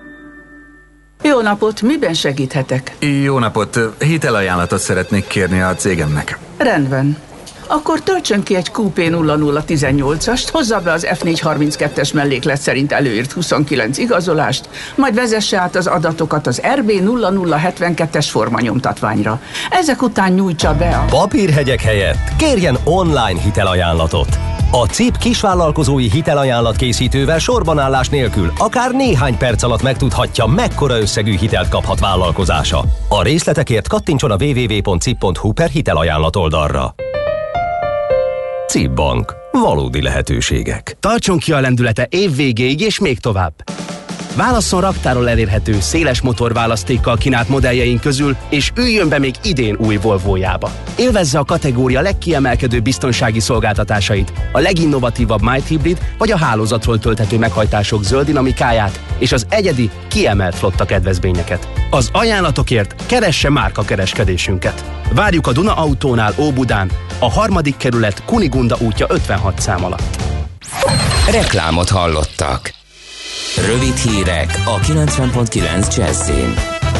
Jó napot, miben segíthetek? Jó napot, hitelajánlatot szeretnék kérni a cégemnek. Rendben. Akkor töltsön ki egy kú pé nulla nulla tizennyolcast, hozza be az ef négyszázharminckettes melléklet szerint előírt huszonkilenc igazolást, majd vezesse át az adatokat az er bé nulla nulla hetvenkettes formanyomtatványra. Ezek után nyújtsa be a... Papírhegyek helyett kérjen online hitelajánlatot. A cé i pé kisvállalkozói hitelajánlat készítővel sorbanállás nélkül akár néhány perc alatt megtudhatja, mekkora összegű hitelt kaphat vállalkozása. A részletekért kattintson a double-u double-u double-u pont cé i pé pont hu per hitelajánlat oldalra. cé i pé Bank. Valódi lehetőségek. Tartson ki a lendülete év végéig és még tovább. Válasszon raktáról elérhető széles motorválasztékkal kínált modelljeink közül, és üljön be még idén új Volvojába. Élvezze a kategória legkiemelkedőbb biztonsági szolgáltatásait, a leginnovatívabb Mild Hybrid vagy a hálózatról tölthető meghajtások zöld dinamikáját és az egyedi, kiemelt flotta kedvezményeket. Az ajánlatokért keresse márkakereskedésünket. Várjuk a Duna Autónál Óbudán, a harmadik kerület Kunigunda útja ötvenhat szám alatt. Reklámot hallottak. Rövid hírek a kilencven pont kilenc Jazzin.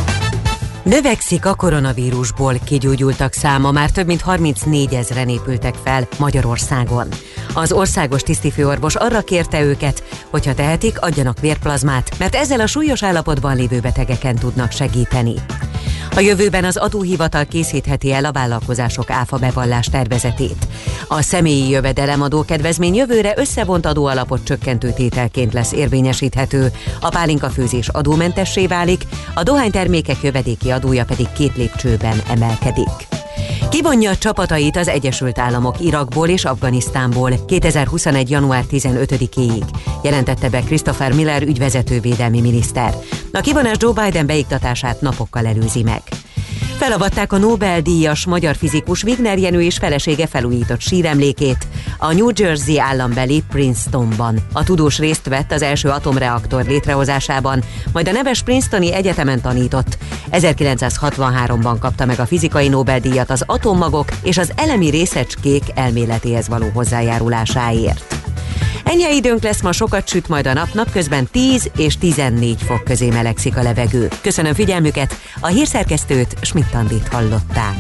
Növekszik a koronavírusból kigyógyultak száma, már több mint harmincnégyezren épültek fel Magyarországon. Az országos tisztifőorvos arra kérte őket, hogyha tehetik, adjanak vérplazmát, mert ezzel a súlyos állapotban lévő betegeken tudnak segíteni. A jövőben az adóhivatal készítheti el a vállalkozások áfa bevallás tervezetét. A személyi jövedelemadó kedvezmény jövőre összevont adóalapot csökkentő tételként lesz érvényesíthető, a pálinkafőzés adómentessé válik, a dohánytermékek jövedéki adója pedig két lépcsőben emelkedik. Kivonja a csapatait az Egyesült Államok Irakból és Afganisztánból kétezer-huszonegy. január tizenötödikéig, jelentette be Christopher Miller ügyvezető védelmi miniszter. A kivonás Joe Biden beiktatását napokkal előzi meg. Felavatták a Nobel-díjas magyar fizikus Wigner Jenő és felesége felújított síremlékét a New Jersey állambeli Princetonban. A tudós részt vett az első atomreaktor létrehozásában, majd a neves Princetoni Egyetemen tanított. ezerkilencszázhatvanháromban kapta meg a fizikai Nobel-díjat az atommagok és az elemi részecskék elméletéhez való hozzájárulásáért. Enyhe időnk lesz, ma sokat süt majd a nap, napközben tíz és tizennégy fok közé melegszik a levegő. Köszönöm figyelmüket, a hírszerkesztőt, Schmidt-Andit hallották.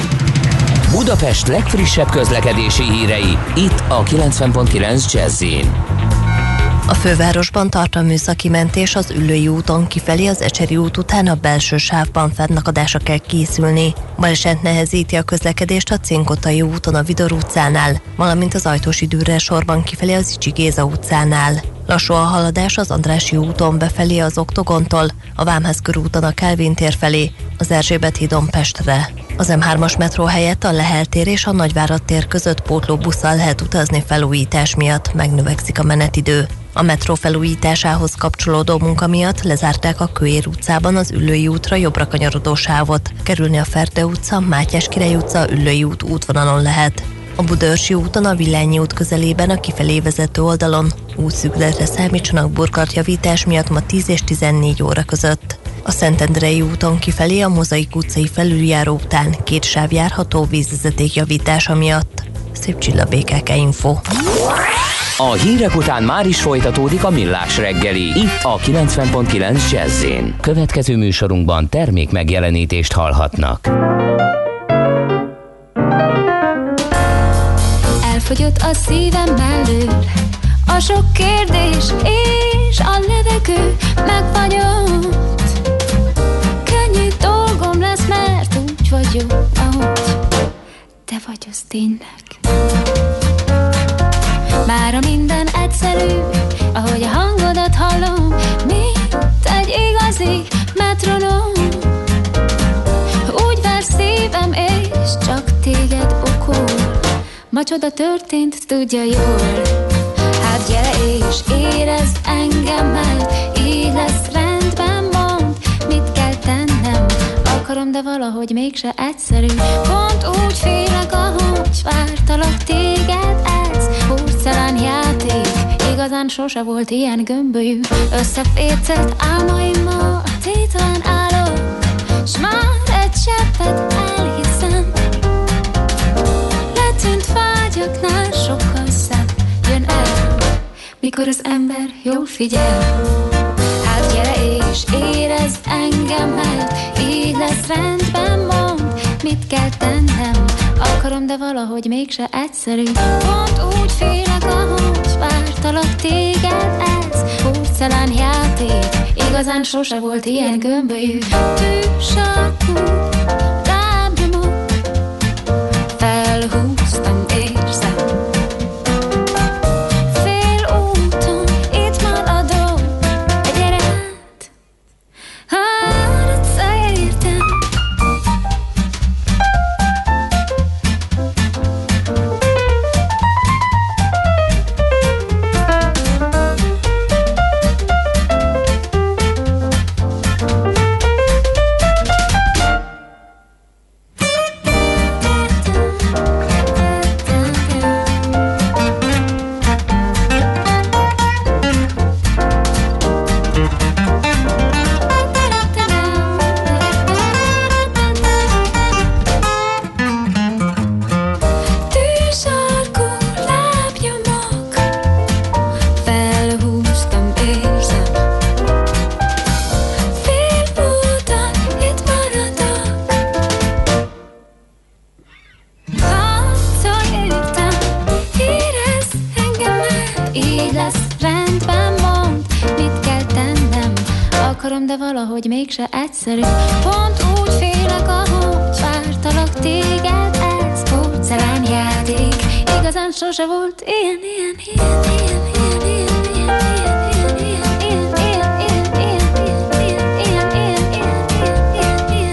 Budapest legfrissebb közlekedési hírei, itt a kilencven pont kilenc Jazzin. A fővárosban tart a műszaki mentés az Üllői úton kifelé, az Ecseri út után a belső sávban fennakadásra kell készülni. Baleset nehezíti a közlekedést a Cénkotai úton a Vidor utcánál, valamint az Ajtósi Dürre sorban kifelé az Icsi Géza utcánál. Lassú a haladás az Andrássy úton befelé az Oktogontól, a Vámház körúton a Kálvin tér felé, az Erzsébet hídon Pestre. Az em hármas metró helyett a Lehel tér és a Nagyvárad tér között pótlóbusszal lehet utazni felújítás miatt, megnövekszik a menetidő. A metró felújításához kapcsolódó munka miatt lezárták a Kőér utcában az Üllői útra jobbra kanyarodó sávot. Kerülni a Ferde utca, Mátyás Király utca, Üllői út útvonalon lehet. A Budaörsi úton a Villányi út közelében a kifelé vezető oldalon útszűkületre számítsanak burkolatjavítás miatt ma tíz és tizennégy óra között. A Szentendrei úton kifelé a Mozaik utcai felüljáró után két sáv járható vízvezeték javítása miatt. Szép Csilla, bé ká ká Info. A hírek után már is folytatódik a Millás reggeli, itt a kilencven pont kilenc Jazz-én. Következő műsorunkban termék megjelenítést hallhatnak. Elfogyott a szívem belül a sok kérdés és a levegő megfagyott. Könnyű dolgom lesz, mert úgy vagyok, ahogy te vagy, az tényleg. Mára minden egyszerű, ahogy a hangodat hallom, mint egy igazi metronom. Úgy ver szívem, és csak téged okol. Ma csoda történt, tudja jól. Hát gyere és érezd engem, mert így lesz rendben, mondd, mit kell tennem. Akarom, de valahogy mégse egyszerű. Pont úgy félek, ahogy vártalak téged, ez porcelán játék. Igazán sose volt ilyen gömbölyű. Összefécelt álmaimmal tétlen állok, s már egy cseppet elhiszem. Letűnt vágyaknál sokkal szebb jön el, mikor az ember jól figyel. Hát gyere és érezd engem, mert így lesz rendben, mondd, mit kell tennem. Akarom, de valahogy mégse egyszerű. Pont úgy félek, ahogy vártalak téged, ez porcelán játék. Igazán sose volt ilyen gömbölyű. Tűsarkú lábnyomok, felhúztam, érzem. Fél úton itt maradok, gyere át, hát összeértem. De valahogy mégse egyszerű. Pont úgy félek, ahogy vártalak téged, ez porcelán játék. Igazán sose volt ilyen, ilyen, ilyen, ilyen, ilyen, ilyen, ilyen, ilyen, ilyen, ilyen, ilyen, ilyen, ilyen.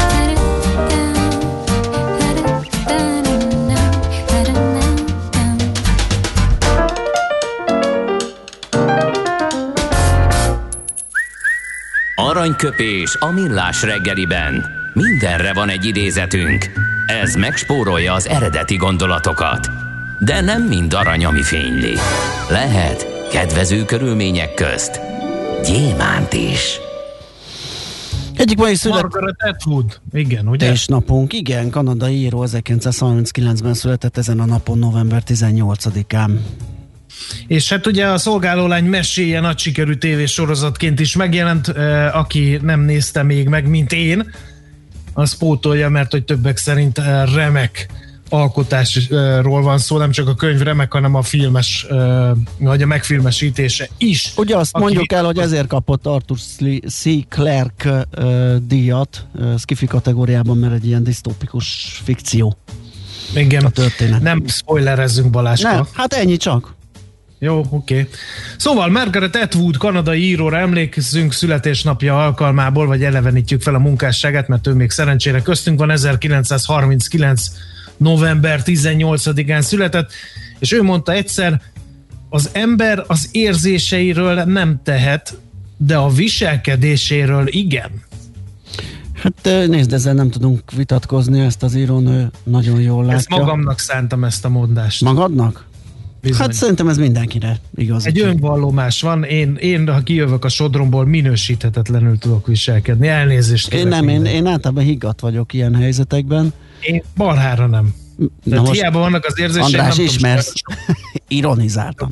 Aranyköpés a Millás reggeliben. Mindenre van egy idézetünk. Ez megspórolja az eredeti gondolatokat. De nem mind arany, ami fényli. Lehet kedvező körülmények közt gyémánt is. Egyik mai szület... Margaret Atwood. Igen, ugye? És napunk, igen, kanadai író ezerkilencszázharminckilencben született ezen a napon, november tizennyolcadikán. És hát ugye a Szolgálólány meséje nagy sikerű tévésorozatként is megjelent, eh, aki nem nézte még meg, mint én, az pótolja, mert hogy többek szerint eh, remek alkotásról van szó, nem csak a könyv remek, hanem a filmes, eh, vagy a megfilmesítése is. Ugye azt aki... mondjuk el, hogy ezért kapott Arthur C. Clarke uh, díjat uh, Skifi kategóriában, mert egy ilyen disztópikus fikció. Igen, a történet. Nem spoilerezzünk, Baláska. Nem, hát ennyi csak. Jó, oké. Okay. Szóval Margaret Atwood kanadai íróra emlékezzünk születésnapja alkalmából, vagy elevenítjük fel a munkásságát, mert ő még szerencsére köztünk van, ezerkilencszázharminckilenc november tizennyolcadikán született, és ő mondta egyszer, az ember az érzéseiről nem tehet, de a viselkedéséről igen. Hát nézd, ezzel nem tudunk vitatkozni, ezt az írónő nagyon jól látja. Ezt magamnak szántam, ezt a mondást. Magadnak? Bizony. Hát szerintem ez mindenkire igaz. Egy önvallomás van, én, én ha kijövök a sodromból, minősíthetetlenül tudok viselkedni. Elnézést kérek. Én nem, én, én általában higgadt vagyok ilyen helyzetekben. Én balhára nem. Na most hiába vannak az érzéseim. András, nem ismersz. Ironizáltam.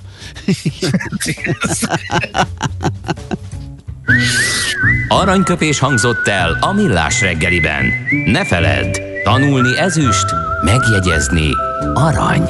Aranyköpés hangzott el a Millás reggeliben. Ne feledd, tanulni ezüst, megjegyezni arany.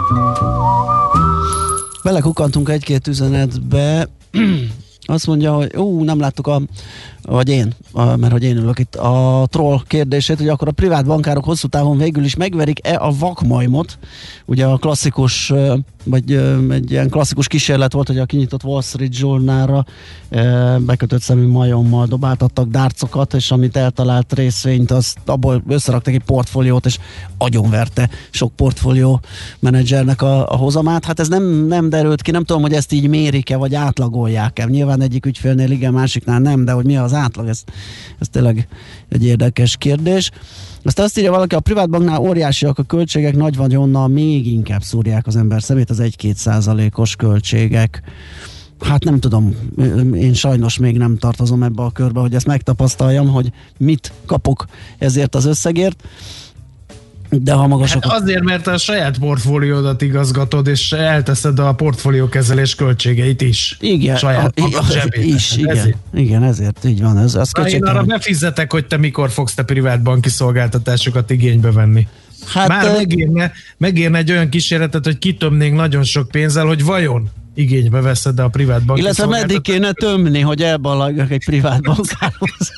Belekukkantunk egy-két üzenetbe. Azt mondja, hogy ú, nem láttuk a, vagy én, a, mert hogy én ülök itt, a troll kérdését, hogy akkor a privát bankárok hosszú távon végül is megverik-e a vakmajmot? Ugye a klasszikus, vagy egy ilyen klasszikus kísérlet volt, hogy a kinyitott Wall Street Journalra bekötött szemű majommal dobáltattak dárcokat, és amit eltalált részvényt, azt abból összeraktak egy portfóliót, és agyonverte sok portfólió menedzsernek a, a hozamát. Hát ez nem, nem derült ki, nem tudom, hogy ezt így mérik-e, vagy átlagolják-e. Nyilván egyik ügyfélnél igen, másiknál nem, de hogy mi az átlag, ez, ez tényleg egy érdekes kérdés. Azt azt írja valaki, a privátbanknál óriásiak a költségek, nagy vagyonnal még inkább szúrják az ember szemét az egy-két százalékos költségek. Hát nem tudom, én sajnos még nem tartozom ebbe a körbe, hogy ezt megtapasztaljam, hogy mit kapok ezért az összegért. De ha magasak... Hát azért, mert a saját portfóliódat igazgatod, és elteszed a portfóliókezelés költségeit is. Igen. Saját magad zsebében. Is, igen, ezért. igen, ezért így van. Ez, ez én arra befizetek, hogy te mikor fogsz te privátbanki szolgáltatásokat igénybe venni. Hát, Már megérne, megérne egy olyan kísérletet, hogy kitömnénk nagyon sok pénzzel, hogy vajon igénybe veszed a privátbanki illetve meddig kéne tömni, hogy elballagjak egy privátbankához.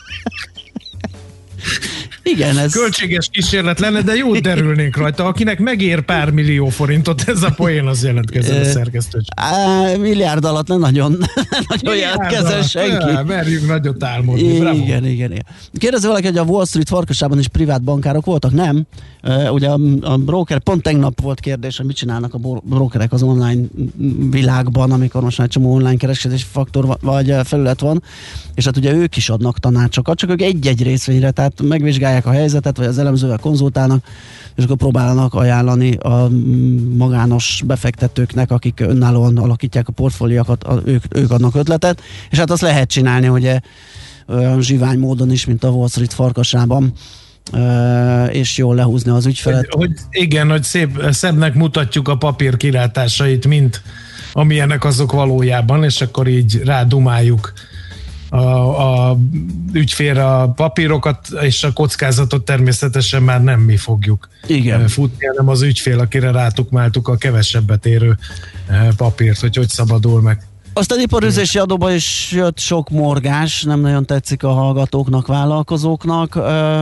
Igen, ez... Költséges kísérlet lenne, de jót derülnénk rajta. Akinek megér pár millió forintot, ez a poén, az jelentkezzen a szerkesztőcsön. Milliárd alatt nem nagyon, nagyon jelentkezzen senki. Ja, merjünk nagyot álmodni. Igen, igen, igen. Kérdezi valaki, hogy a Wall Street farkasában is privát bankárok voltak? Nem. Uh, ugye a, a broker, pont tegnap volt kérdés, hogy mit csinálnak a brokerek az online világban, amikor most már egy csomó online kereskedési faktor vagy felület van, és hát ugye ők is adnak tanácsokat, csak ők egy-egy részvényre, tehát megvizsgálják a helyzetet, vagy az elemzővel konzultálnak, és akkor próbálnak ajánlani a magános befektetőknek, akik önállóan alakítják a portfóliókat, ők, ők adnak ötletet, és hát azt lehet csinálni, ugye olyan zsivány módon is, mint a Wall Street farkasában, és jól lehúzni az ügyfelet. Hogy, hogy igen, hogy szép, szebbnek mutatjuk a papír kilátásait, mint amilyenek azok valójában, és akkor így rádumáljuk a, a ügyfélre a papírokat, és a kockázatot természetesen már nem mi fogjuk igen. futni, hanem az ügyfél, akire rátukmáltuk a kevesebbet érő papírt, hogy hogy szabadul meg. Aztán iparüzési adóba is jött sok morgás, nem nagyon tetszik a hallgatóknak, vállalkozóknak,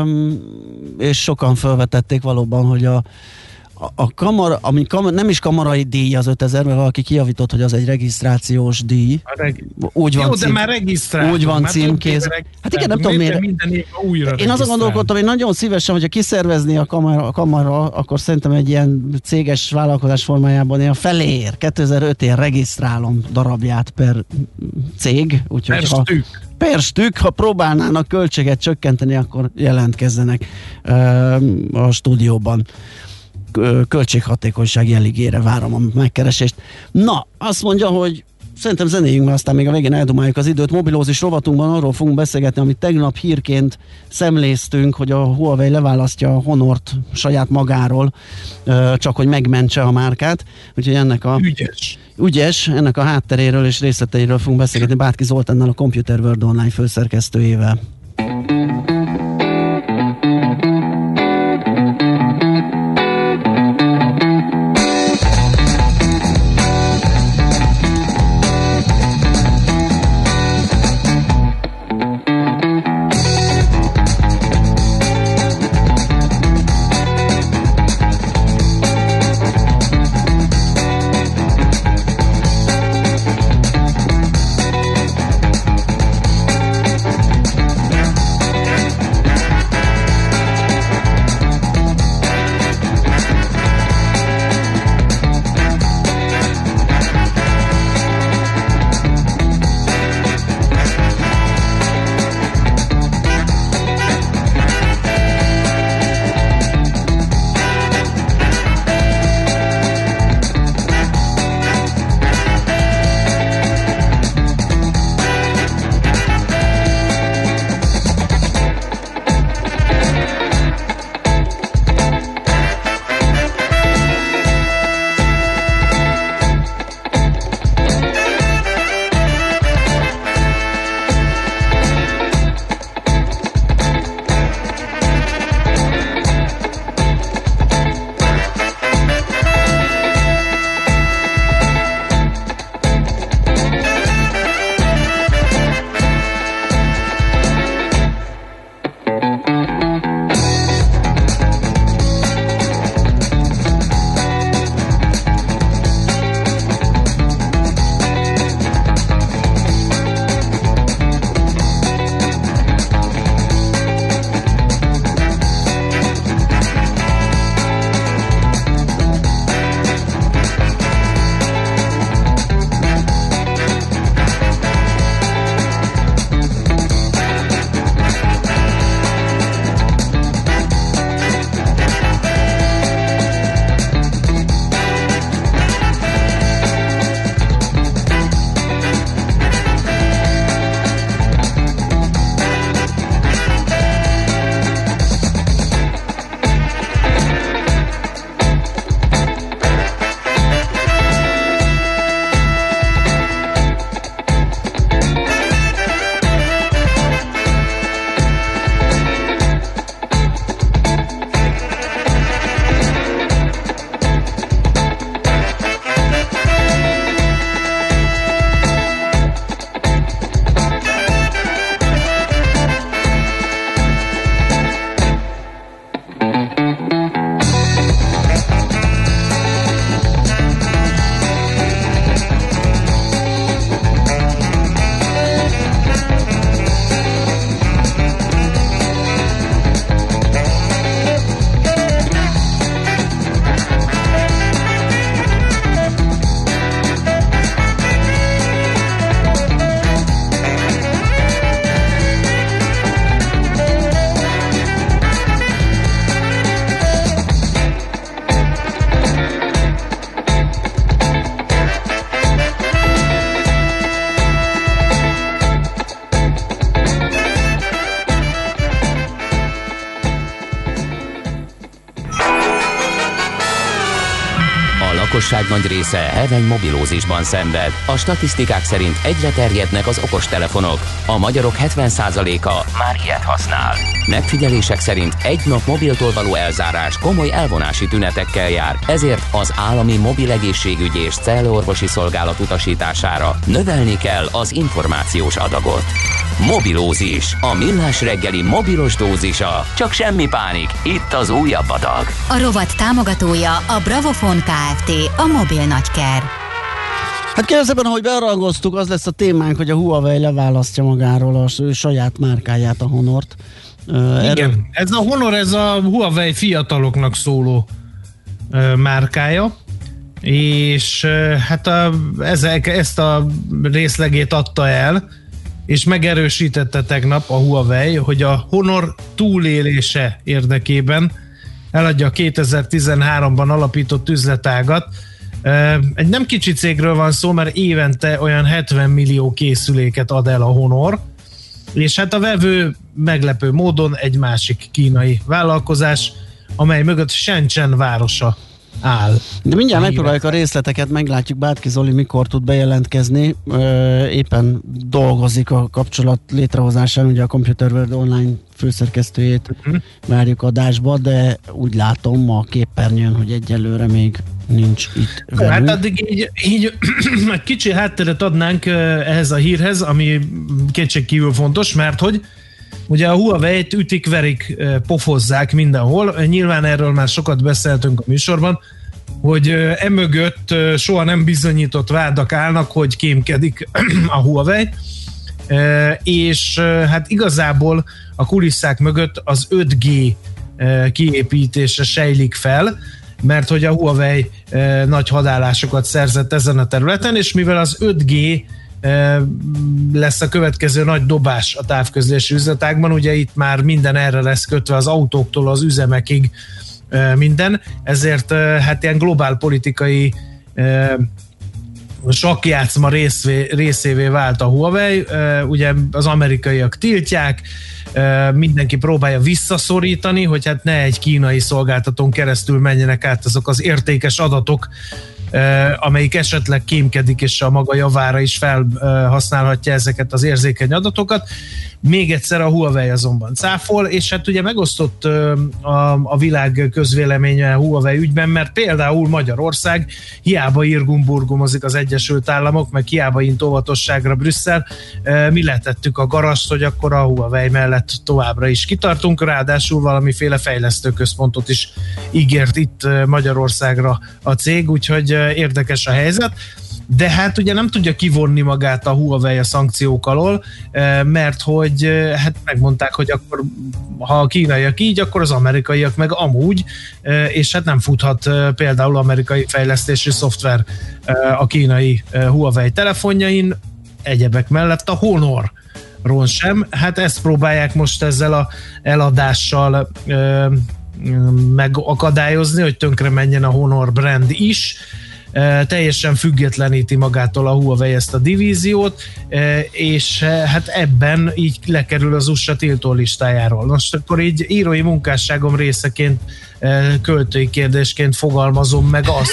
és sokan felvetették valóban, hogy a, a kamara, ami kamara, nem is kamarai díj az ötezer, mert valaki kijavított, hogy az egy regisztrációs díj. Reg... Úgy van Jó, cím... de már regisztráltam. Úgy van címkéz. Hát igen, nem tudom miért. Én azon gondolkodtam, hogy nagyon szívesen, hogyha kiszervezni a kamara, a kamara, akkor szerintem egy ilyen céges vállalkozás formájában én a felér, kétezer-ötén regisztrálom darabját per cég. Úgyhogy per ha, stük. Per stük, ha próbálnának költséget csökkenteni, akkor jelentkezzenek uh, a stúdióban. Költséghatékonyság jeligére várom a megkeresést. Na, azt mondja, hogy szerintem zenéljünk, mert aztán még a végén eldumáljuk az időt. Mobilózis rovatunkban arról fogunk beszélgetni, amit tegnap hírként szemléztünk, hogy a Huawei leválasztja a Honort saját magáról, csak hogy megmentse a márkát. Úgyhogy ennek a... Ügyes. Ügyes, ennek a hátteréről és részleteiről fogunk beszélgetni Bátki Zoltánnal, a Computer World Online főszerkesztőjével. lakosság nagy része heveny mobilózisban szenved. A statisztikák szerint egyre terjednek az okostelefonok. A magyarok hetven százaléka már ilyet használ. Megfigyelések szerint egy nap mobiltól való elzárás komoly elvonási tünetekkel jár, ezért az állami mobil egészségügyi és cellorvosi szolgálat utasítására növelni kell az információs adagot. Mobilózis, a millás reggeli mobilos dózisa. Csak semmi pánik, itt az újabb adag. A rovat támogatója a Bravofon Kft. A mobil nagyker. Hát kérdezőben, ahogy berangoztuk, az lesz a témánk, hogy a Huawei leválasztja magáról a ő saját márkáját, a Honort. Uh, Igen, erről... ez a Honor, ez a Huawei fiataloknak szóló uh, márkája, és uh, hát a, ezek, ezt a részlegét adta el, és megerősítette tegnap a Huawei, hogy a Honor túlélése érdekében eladja a kétezer-tizenháromban alapított üzletágat. Egy nem kicsi cégről van szó, mert évente olyan hetven millió készüléket ad el a Honor, és hát a vevő meglepő módon egy másik kínai vállalkozás, amely mögött Shenzhen városa áll. De mindjárt megpróbáljuk a részleteket, meglátjuk Bátki Zoli mikor tud bejelentkezni. Éppen dolgozik a kapcsolat létrehozásán, ugye a Computer World Online főszerkesztőjét uh-huh. várjuk adásba, de úgy látom a képernyőn, hogy egyelőre még nincs itt velünk. Hát addig így, így egy kicsi hátteret adnánk ehhez a hírhez, ami kétségkívül fontos, mert hogy ugye a Huawei-t ütik-verik, pofozzák mindenhol. Nyilván erről már sokat beszéltünk a műsorban, hogy emögött soha nem bizonyított vádak állnak, hogy kémkedik a Huawei, és hát igazából a kulisszák mögött az öt G kiépítése sejlik fel, mert hogy a Huawei nagy hadállásokat szerzett ezen a területen, és mivel az öt G lesz a következő nagy dobás a távközlési üzletágban, ugye itt már minden erre lesz kötve, az autóktól az üzemekig minden, ezért hát ilyen globál politikai sakkjátszma részvé, részévé vált a Huawei, ugye az amerikaiak tiltják, mindenki próbálja visszaszorítani, hogy hát ne egy kínai szolgáltatón keresztül menjenek át azok az értékes adatok, amelyik esetleg kémkedik, és a maga javára is felhasználhatja ezeket az érzékeny adatokat. Még egyszer a Huawei azonban cáfol, és hát ugye megosztott a, a világ közvéleménye a Huawei ügyben, mert például Magyarország hiába irgumburgumozik az Egyesült Államok, meg hiába int óvatosságra Brüsszel, mi letettük a garast, hogy akkor a Huawei mellett továbbra is kitartunk, ráadásul valamiféle fejlesztőközpontot is ígért itt Magyarországra a cég, úgyhogy érdekes a helyzet. De hát ugye nem tudja kivonni magát a Huawei a szankciók alól, mert hogy hát megmondták, hogy akkor ha a kínaiak így, akkor az amerikaiak meg amúgy, és hát nem futhat például amerikai fejlesztési szoftver a kínai Huawei telefonjain, egyebek mellett a Honorról sem. Hát ezt próbálják most ezzel a eladással megakadályozni, hogy tönkre menjen a Honor brand is. Uh, teljesen függetleníti magától a Huawei ezt a divíziót, uh, és uh, hát ebben így lekerül az u es á tiltó listájáról. Most akkor így írói munkásságom részeként, uh, költői kérdésként fogalmazom meg azt,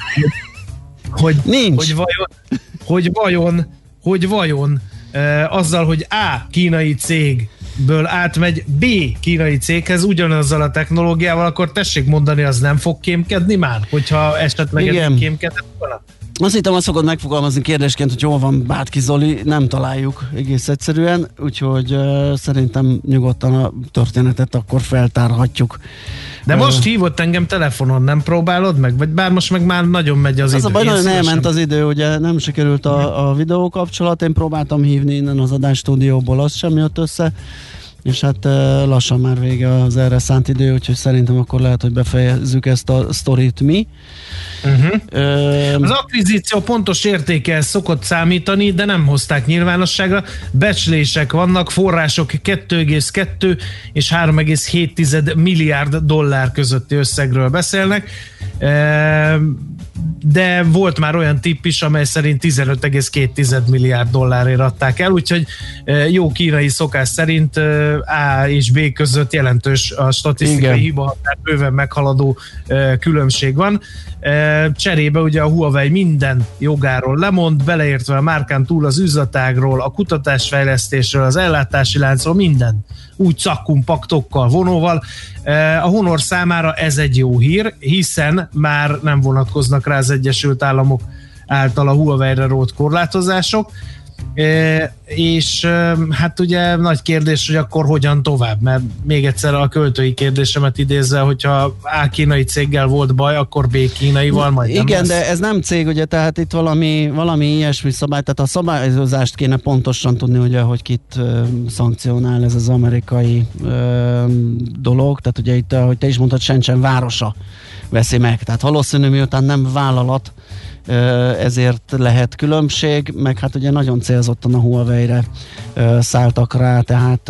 hogy, Nincs. hogy vajon, hogy vajon, hogy vajon uh, azzal, hogy A kínai cég ből átmegy B kínai céghez ugyanazzal a technológiával, akkor tessék mondani, az nem fog kémkedni már, hogyha esetleg ez kémkedett volna? Azt hittem, azt fogod megfogalmazni kérdésként, hogy hol van Bátki Zoli, nem találjuk egész egyszerűen, úgyhogy uh, szerintem nyugodtan a történetet akkor feltárhatjuk. De most uh, hívott engem telefonon, nem próbálod meg? Vagy bár most meg már nagyon megy az, az idő. Az a baj, nagyon elment az idő, ugye nem sikerült a, a videó kapcsolat, én próbáltam hívni innen az adásstúdióból, az sem jött össze, és hát lassan már vége az erre szánt idő, úgyhogy szerintem akkor lehet, hogy befejezzük ezt a sztorit mi. Uh-huh. Ö... Az akvizíció pontos értéke szokott számítani, de nem hozták nyilvánosságra. Becslések vannak, források kettő egész kettő és három egész hét milliárd dollár közötti összegről beszélnek. Ö... de volt már olyan tipp is, amely szerint tizenöt egész két milliárd dollárért adták el, úgyhogy jó kínai szokás szerint A és B között jelentős a statisztikai hibahatár, bőven meghaladó különbség van. Cserébe ugye a Huawei minden jogáról lemond, beleértve a márkán túl az üzletágról, a kutatásfejlesztésről, az ellátási láncról, minden úgy szakkum paktokkal, vonóval. A Honor számára ez egy jó hír, hiszen már nem vonatkoznak rá az Egyesült Államok által a Huawei-re rótt korlátozások, és hát ugye nagy kérdés, hogy akkor hogyan tovább, mert még egyszer a költői kérdésemet idézve, hogyha A kínai céggel volt baj, akkor B kínaival majd nem Igen, lesz. de ez nem cég, ugye, tehát itt valami, valami ilyesmi szabály, tehát a szabályozást kéne pontosan tudni, ugye, hogy kit uh, szankcionál ez az amerikai uh, dolog, tehát ugye itt, ahogy te is mondtad, Shenzhen városa veszi meg, tehát valószínű, miután nem vállalat, ezért lehet különbség, meg hát ugye nagyon célzottan a Huawei-re szálltak rá, tehát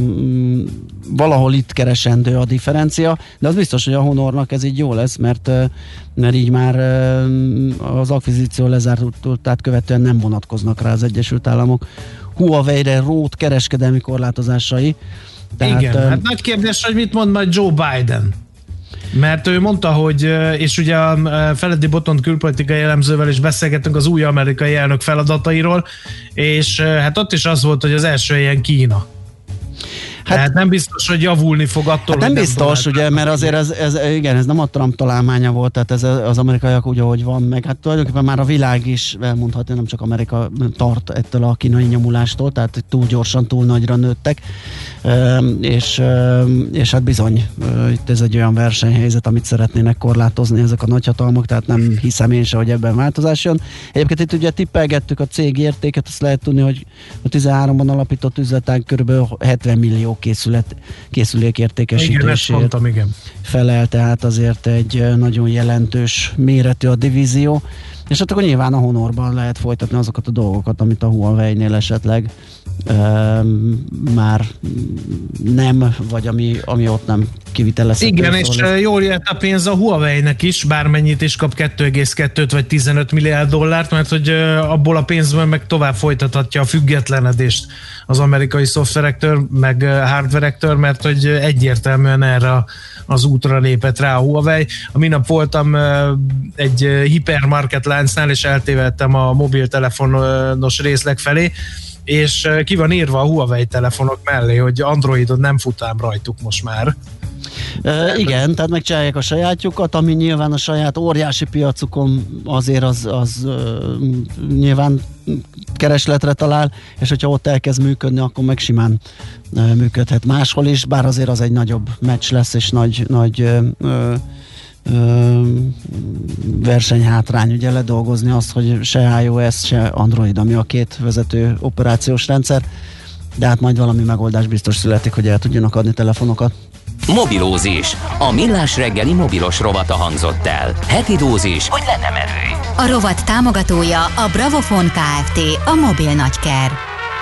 valahol itt keresendő a differencia, de az biztos, hogy a Honornak ez így jó lesz, mert, mert így már az akvizíció lezárultát követően nem vonatkoznak rá az Egyesült Államok Huawei-re rót kereskedelmi korlátozásai. Tehát, igen, hát nagy kérdés, hogy mit mond majd Joe Biden. Mert ő mondta, hogy, és ugye a Feledi Botont külpolitikai elemzővel is beszélgettünk az új amerikai elnök feladatairól, és hát ott is az volt, hogy az első ilyen Kína. Hát, Tehát nem biztos, hogy javulni fog attól, hát nem biztos, ugye, mert azért ez, ez, igen, ez nem a Trump találmánya volt, tehát ez az amerikaiak úgy, ahogy van, meg hát tulajdonképpen már a világ is elmondhatja, nem csak Amerika tart ettől a kínai nyomulástól, tehát túl gyorsan, túl nagyra nőttek, és, és hát bizony, itt ez egy olyan versenyhelyzet, amit szeretnének korlátozni ezek a nagyhatalmak, tehát nem hiszem én se, hogy ebben változás jön. Egyébként itt ugye tippelgettük a cég értéket, azt lehet tudni, hogy a tizenháromban alapított üzletág körülbelül hetven millió készület, készülék értékesítésért felel, tehát azért egy nagyon jelentős méretű a divízió, és hát akkor nyilván a Honorban lehet folytatni azokat a dolgokat, amit a Huawei-nél esetleg e, már nem, vagy ami, ami ott nem kivitelezhető. Igen, és szóval jól jött a pénz a Huawei-nek is, bármennyit is kap kettő egész kettő vagy tizenöt milliárd dollárt, mert hogy abból a pénzből meg tovább folytathatja a függetlenedést az amerikai szoftverektől, meg hardverektől, mert hogy egyértelműen erre az útra lépett rá a Huawei. A minap voltam egy hipermarket láncnál, és eltévedtem a mobiltelefonos részleg felé, és ki van írva a Huawei telefonok mellé, hogy Androidon nem fut ám rajtuk most már. E, igen, tehát megcsinálják a sajátjukat, ami nyilván a saját óriási piacukon azért az, az uh, nyilván keresletre talál, és hogyha ott elkezd működni, akkor meg simán uh, működhet máshol is, bár azért az egy nagyobb meccs lesz, és nagy, nagy uh, uh, versenyhátrány, ugye ledolgozni azt, hogy se iOS, se Android, ami a két vezető operációs rendszer, de hát majd valami megoldás biztos születik, hogy el tudjanak adni telefonokat. Mobilózis. A millás reggeli mobilos rovata hangzott el. Heti dózis, hogy lenne merő. A rovat támogatója a Bravofon Kft. A mobil nagyker.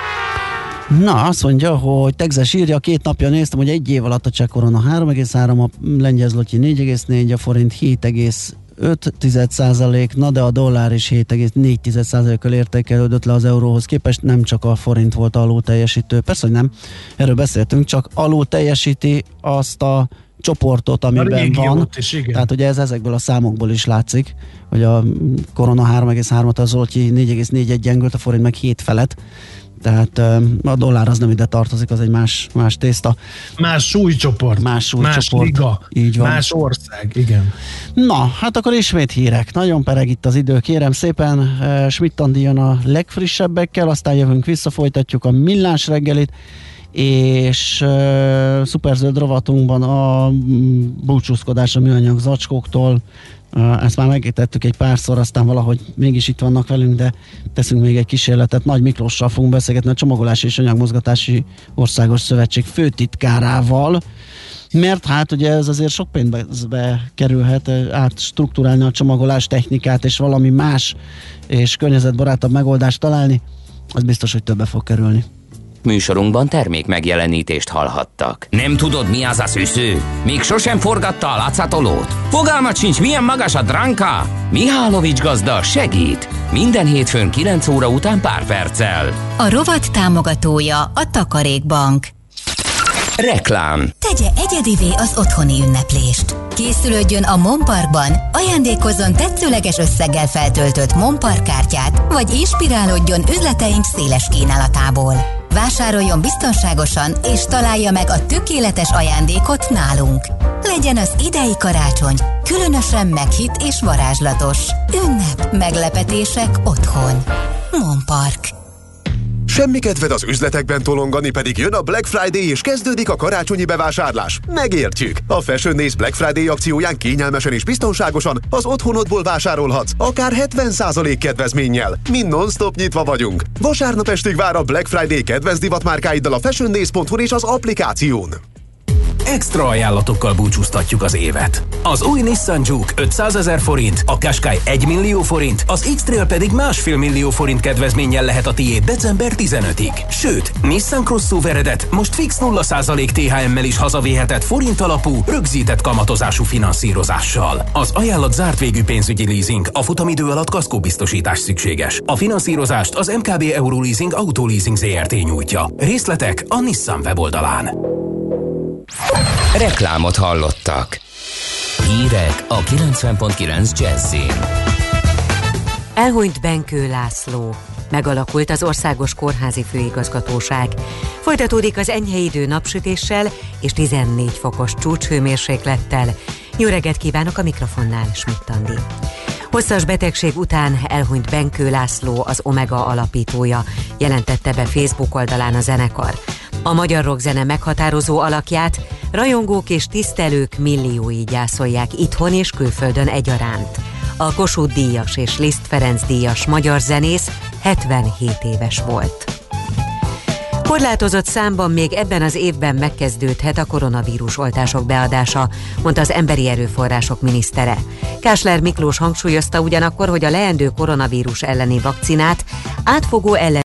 Na, azt mondja, hogy Texas írja, két napja néztem, hogy egy év alatt a cseh korona három egész három, a lengyel zloty négy egész négy, a forint hét egész öt százalék, na de a dollár is hét egész négy százalékkal értékelődött le az euróhoz képest, nem csak a forint volt alul teljesítő. Persze, hogy nem, erről beszéltünk, csak alul teljesíti azt a csoportot, amiben van. Is, tehát ugye ez ezekből a számokból is látszik, hogy a korona három egész három, a zloty négy egész négy gyengült, a forint meg hét felett. Tehát a dollár az nem ide tartozik, az egy más, más tészta. Más súlycsoport. Más súlycsoport. Más liga. Így van. Más ország, igen. Na, hát akkor ismét hírek. Nagyon pereg itt az idő, kérem szépen. Schmidt-Andi jön a legfrissebbekkel, aztán jövünk vissza, folytatjuk a millás reggelit, és uh, szuperzöld rovatunkban a búcsúzkodás a műanyag zacskóktól. Uh, ezt már megtettük egy párszor, aztán valahogy mégis itt vannak velünk, de teszünk még egy kísérletet. Nagy Miklóssal fogunk beszélgetni, a Csomagolási és Anyagmozgatási Országos Szövetség főtitkárával, mert hát ugye ez azért sok pénzbe kerülhet, átstruktúrálni a csomagolás technikát, és valami más és környezetbarátabb megoldást találni, az biztos, hogy többe fog kerülni. Műsorunkban termék megjelenítést hallhattak. Nem tudod, mi az a szűző? Még sosem forgatta a látszatolót? Fogalmat sincs, milyen magas a dránka? Mihálovics gazda segít! Minden hétfőn kilenc óra után pár perccel. A rovat támogatója a Takarékbank. Reklám. Tegye egyedivé az otthoni ünneplést. Készülődjön a Monparkban, ajándékozzon tetszőleges összeggel feltöltött Monpark kártyát, vagy inspirálódjon üzleteink széles kínálatából. Vásároljon biztonságosan, és találja meg a tökéletes ajándékot nálunk. Legyen az idei karácsony különösen meghitt és varázslatos. Ünnep, meglepetések otthon. Monpark. Semmi kedved az üzletekben tolongani, pedig jön a Black Friday és kezdődik a karácsonyi bevásárlás. Megértjük! A Fashion Days Black Friday akcióján kényelmesen és biztonságosan az otthonodból vásárolhatsz, akár hetven százalék kedvezménnyel. Mi non-stop nyitva vagyunk. Vasárnap estig vár a Black Friday kedvenc divatmárkáiddal a fashiondays pont hu és az applikáción. Extra ajánlatokkal búcsúztatjuk az évet. Az új Nissan Juke ötszázezer forint, a Qashqai egy millió forint, az X-Trail pedig másfél millió forint kedvezménnyel lehet a tiéd december tizenötödikéig. Sőt, Nissan Crossoveredet most fix nulla százalék té há emmel is hazavihetett forint alapú, rögzített kamatozású finanszírozással. Az ajánlat zárt végű pénzügyi leasing, a futamidő alatt kaszkóbiztosítás szükséges. A finanszírozást az em ká bé Euroleasing Autoleasing zé er té nyújtja. Részletek a Nissan weboldalán. Reklámot hallottak. Hírek a kilencven pont kilenc Jazzin. Elhunyt Benkő László. Megalakult az Országos Kórházi Főigazgatóság. Folytatódik az enyhe idő napsütéssel és tizennégy fokos csúcshőmérséklettel. Jó reggelt kívánok, a mikrofonnál Schmidt Andi. Hosszas betegség után elhunyt Benkő László, az Omega alapítója, jelentette be Facebook oldalán a zenekar. A magyar rockzene meghatározó alakját rajongók és tisztelők milliói gyászolják itthon és külföldön egyaránt. A Kossuth díjas és Liszt Ferenc díjas magyar zenész hetvenhét éves volt. Korlátozott számban még ebben az évben megkezdődhet a koronavírus oltások beadása, mondta az Emberi Erőforrások minisztere. Kásler Miklós hangsúlyozta ugyanakkor, hogy a leendő koronavírus elleni vakcinát átfogó ellen